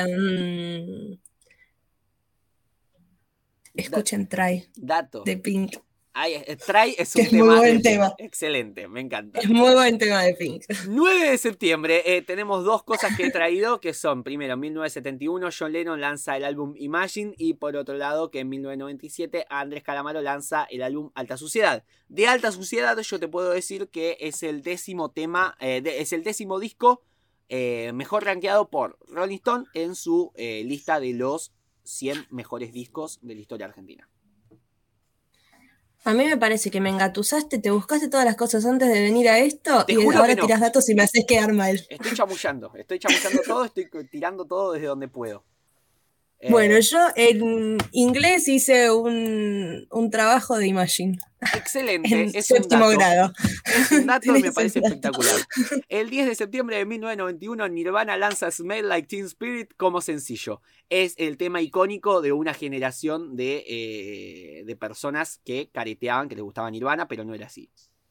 escuchen Try. Dato. De Pink. Try es un tema. Muy buen tema. Excelente, me encanta. Es muy buen tema de Pink. 9 de septiembre tenemos dos cosas que he traído, que son, primero, en 1971 John Lennon lanza el álbum Imagine, y por otro lado, que en 1997 Andrés Calamaro lanza el álbum Alta Suciedad. De Alta Suciedad yo te puedo decir que es el 10º tema, es el 10º disco mejor rankeado por Rolling Stone en su lista de los 100 mejores discos de la historia argentina. A mí me parece que me engatusaste, te buscaste todas las cosas antes de venir a esto y ahora tirás datos y me haces quedar mal. Estoy chamullando todo, estoy tirando todo desde donde puedo. Bueno, yo en inglés hice un trabajo de Imagine. Excelente, en es séptimo grado. Es un dato y me parece espectacular. El 10 de septiembre de 1991 Nirvana lanza Smell Like Teen Spirit como sencillo. Es el tema icónico de una generación de personas que careteaban, que les gustaba Nirvana, pero no era así.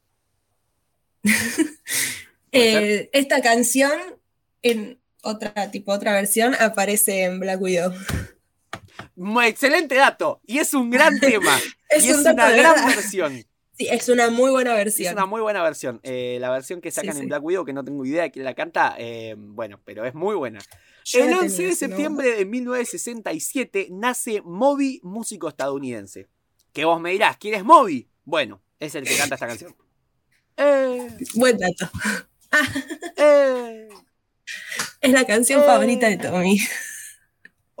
Esta canción en otra versión aparece en Black Widow. Excelente dato. Y es un gran tema. es una gran versión. Sí, es una muy buena versión. Es una muy buena versión. La versión que sacan en Black Widow, que no tengo idea de quién la canta, bueno, pero es muy buena. El 11 de septiembre de 1967 nace Moby, músico estadounidense. Que vos me dirás, ¿quién es Moby? Bueno, es el que canta esta canción. Buen dato. Es la canción favorita de Tommy.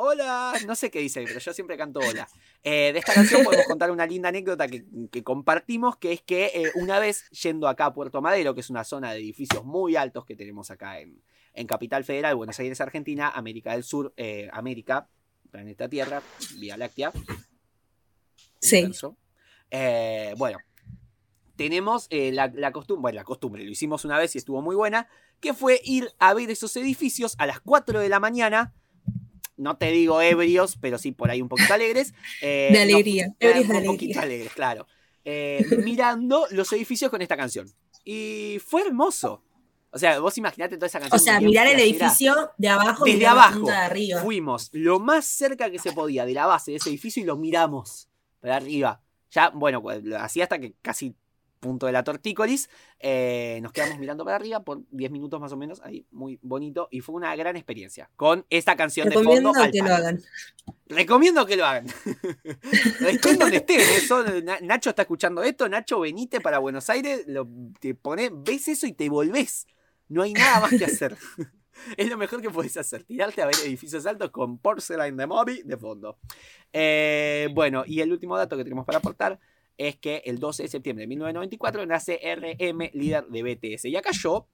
hola, no sé qué dice, pero yo siempre canto hola. De esta canción podemos contar una linda anécdota que compartimos, que es que una vez yendo acá a Puerto Madero, que es una zona de edificios muy altos que tenemos acá en Capital Federal, Buenos Aires, Argentina, América del Sur, América, planeta Tierra, Vía Láctea, universo. Bueno, tenemos la costumbre, lo hicimos una vez y estuvo muy buena, que fue ir a ver esos edificios a las 4 de la mañana. No te digo ebrios, pero sí por ahí un poquito alegres. De alegría. Un poquito alegres, claro. Mirando los edificios con esta canción. Y fue hermoso. O sea, vos imaginate toda esa canción. O sea, mirar el edificio de abajo. Desde abajo. Punta de arriba. Fuimos lo más cerca que se podía de la base de ese edificio y lo miramos para arriba. Ya, bueno, pues, así hasta que casi punto de la tortícolis, nos quedamos mirando para arriba por 10 minutos más o menos, ahí muy bonito, y fue una gran experiencia con esta canción de fondo. Recomiendo que lo hagan. Estén donde estén. Nacho está escuchando esto, Nacho, venite para Buenos Aires, ves eso y te volvés. No hay nada más que hacer. Es lo mejor que podés hacer, tirarte a ver edificios altos con Porcelain the Movie de fondo. Bueno, y el último dato que tenemos para aportar es que el 12 de septiembre de 1994 nace RM, líder de BTS. Y acá yo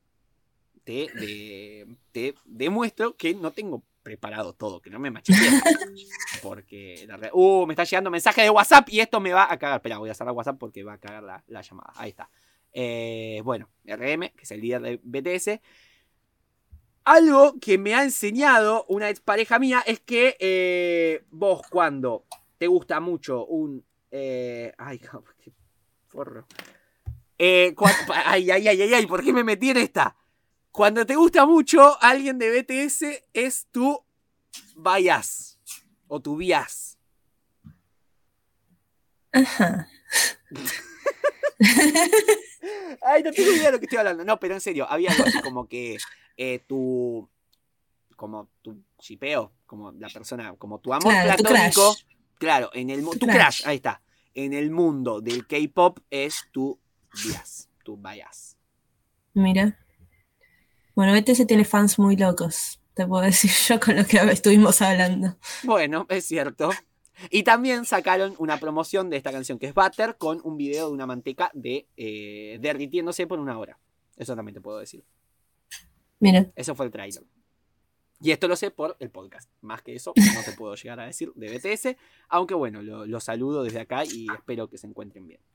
te demuestro que no tengo preparado todo, que no me macheteé. Porque me está llegando mensaje de WhatsApp y esto me va a cagar. Espera, voy a cerrar WhatsApp porque va a cagar la llamada. Ahí está. Bueno, RM, que es el líder de BTS. Algo que me ha enseñado una expareja mía es que vos cuando te gusta mucho un... ay, qué forro. Ay, ¿por qué me metí en esta? Cuando te gusta mucho alguien de BTS es tu bias o tu bias. Ajá. Ay, no tengo idea de lo que estoy hablando. No, pero en serio, había algo así como que tu shipeo, como la persona, como tu amor platónico. Claro, tu crush, ahí está. En el mundo del K-pop es tu bias. Mira. Bueno, BTS tiene fans muy locos, te puedo decir yo con lo que estuvimos hablando. Bueno, es cierto. Y también sacaron una promoción de esta canción que es Butter con un video de una manteca derritiéndose por 1 hora. Eso también te puedo decir. Mira. Eso fue el trailer. Y esto lo sé por el podcast. Más que eso, no te puedo llegar a decir de BTS. Aunque bueno, lo saludo desde acá y espero que se encuentren bien.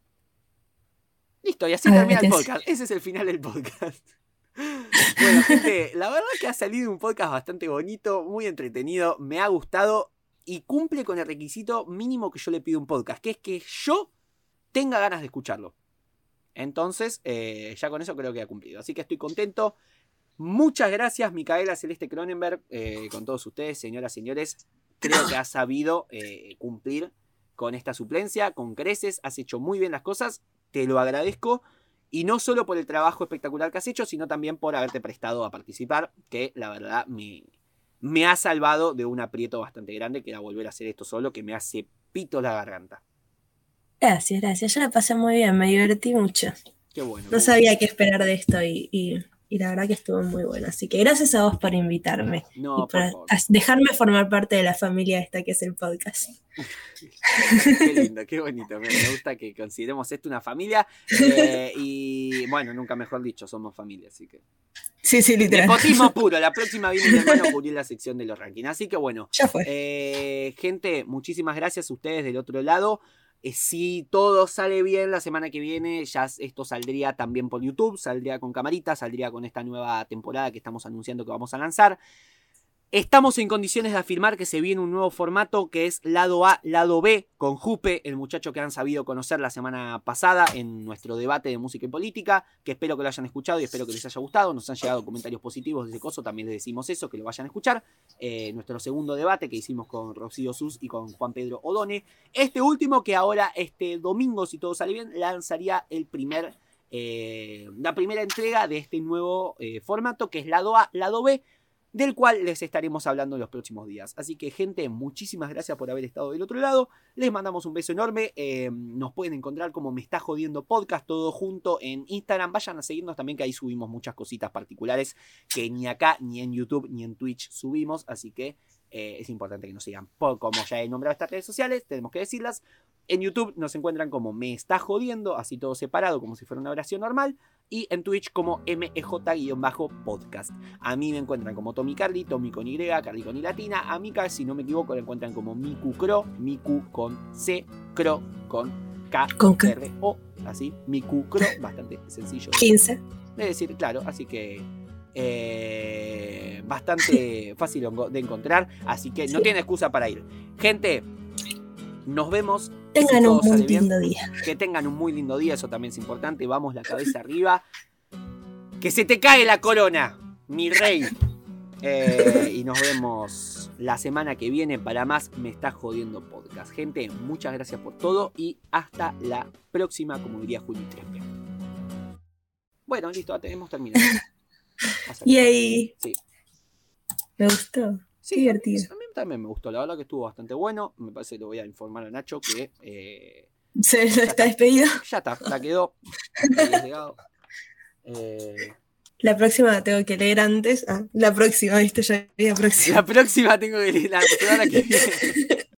Listo, y así termina el podcast. Ese es el final del podcast. Bueno, gente, la verdad que ha salido un podcast bastante bonito, muy entretenido, me ha gustado y cumple con el requisito mínimo que yo le pido a un podcast, que es que yo tenga ganas de escucharlo. Entonces, ya con eso creo que ha cumplido. Así que estoy contento. Muchas gracias, Micaela Celeste Cronenberg, con todos ustedes, señoras y señores. Creo que has sabido cumplir con esta suplencia, con creces, has hecho muy bien las cosas, te lo agradezco. Y no solo por el trabajo espectacular que has hecho, sino también por haberte prestado a participar, que la verdad me ha salvado de un aprieto bastante grande, que era volver a hacer esto solo, que me hace pito la garganta. Gracias. Yo la pasé muy bien, me divertí mucho. Qué bueno. No sabía qué esperar de esto y la verdad que estuvo muy bueno. Así que gracias a vos por invitarme y por dejarme formar parte de la familia esta que es el podcast. Qué lindo, qué bonito. Me gusta que consideremos esto una familia. Y bueno, nunca mejor dicho, somos familia, así que... Sí, literal. Nepotismo puro. La próxima viene mi hermano a cubrir la sección de los rankings. Así que bueno. Ya fue. Gente, muchísimas gracias a ustedes del otro lado. Si todo sale bien la semana que viene, ya esto saldría también por YouTube, saldría con camarita, saldría con esta nueva temporada que estamos anunciando que vamos a lanzar. Estamos en condiciones de afirmar que se viene un nuevo formato que es lado A, lado B, con Jupe, el muchacho que han sabido conocer la semana pasada en nuestro debate de música y política, que espero que lo hayan escuchado y espero que les haya gustado. Nos han llegado comentarios positivos de ese coso, también les decimos eso, que lo vayan a escuchar. Nuestro segundo debate que hicimos con Rocío Sus y con Juan Pedro Odone. Este último que ahora, este domingo, si todo sale bien, lanzaría la primera entrega de este nuevo formato, que es lado A, lado B, del cual les estaremos hablando en los próximos días. Así que, gente, muchísimas gracias por haber estado del otro lado. Les mandamos un beso enorme. Nos pueden encontrar como Me Está Jodiendo Podcast, todo junto en Instagram. Vayan a seguirnos también, que ahí subimos muchas cositas particulares que ni acá, ni en YouTube, ni en Twitch subimos. Así que es importante que nos sigan. Como ya he nombrado estas redes sociales, tenemos que decirlas. En YouTube nos encuentran como Me Está Jodiendo, así todo separado, como si fuera una oración normal. Y en Twitch como MEJ-podcast. A mí me encuentran como Tommy Carly, Tommy con Y, Carly con Y latina. A Mika, si no me equivoco, la encuentran como Miku Cro, Miku con C, Cro con K, Con K. R, O. Así, Miku Cro, bastante sencillo 15. de decir, claro, así que bastante fácil de encontrar, así que no tiene excusa para ir. Gente, nos vemos. Tengan Si un todo muy sale bien, lindo día. que tengan un muy lindo día, eso también es importante. Vamos la cabeza arriba. Que se te cae la corona, mi rey. Y nos vemos la semana que viene para más Me Está Jodiendo Podcast. Gente, muchas gracias por todo y hasta la próxima, como diría Juli Trespe. Bueno, listo, hemos terminado. Y ahí. Sí. Me gustó. Sí, Qué divertido. A mí también me gustó, la verdad que estuvo bastante bueno. Me parece que le voy a informar a Nacho que Se está despedido. ya está, la quedó. Había llegado. La próxima tengo que leer antes. La próxima, ¿viste? Ya había próxima. La próxima tengo que leer la semana que viene.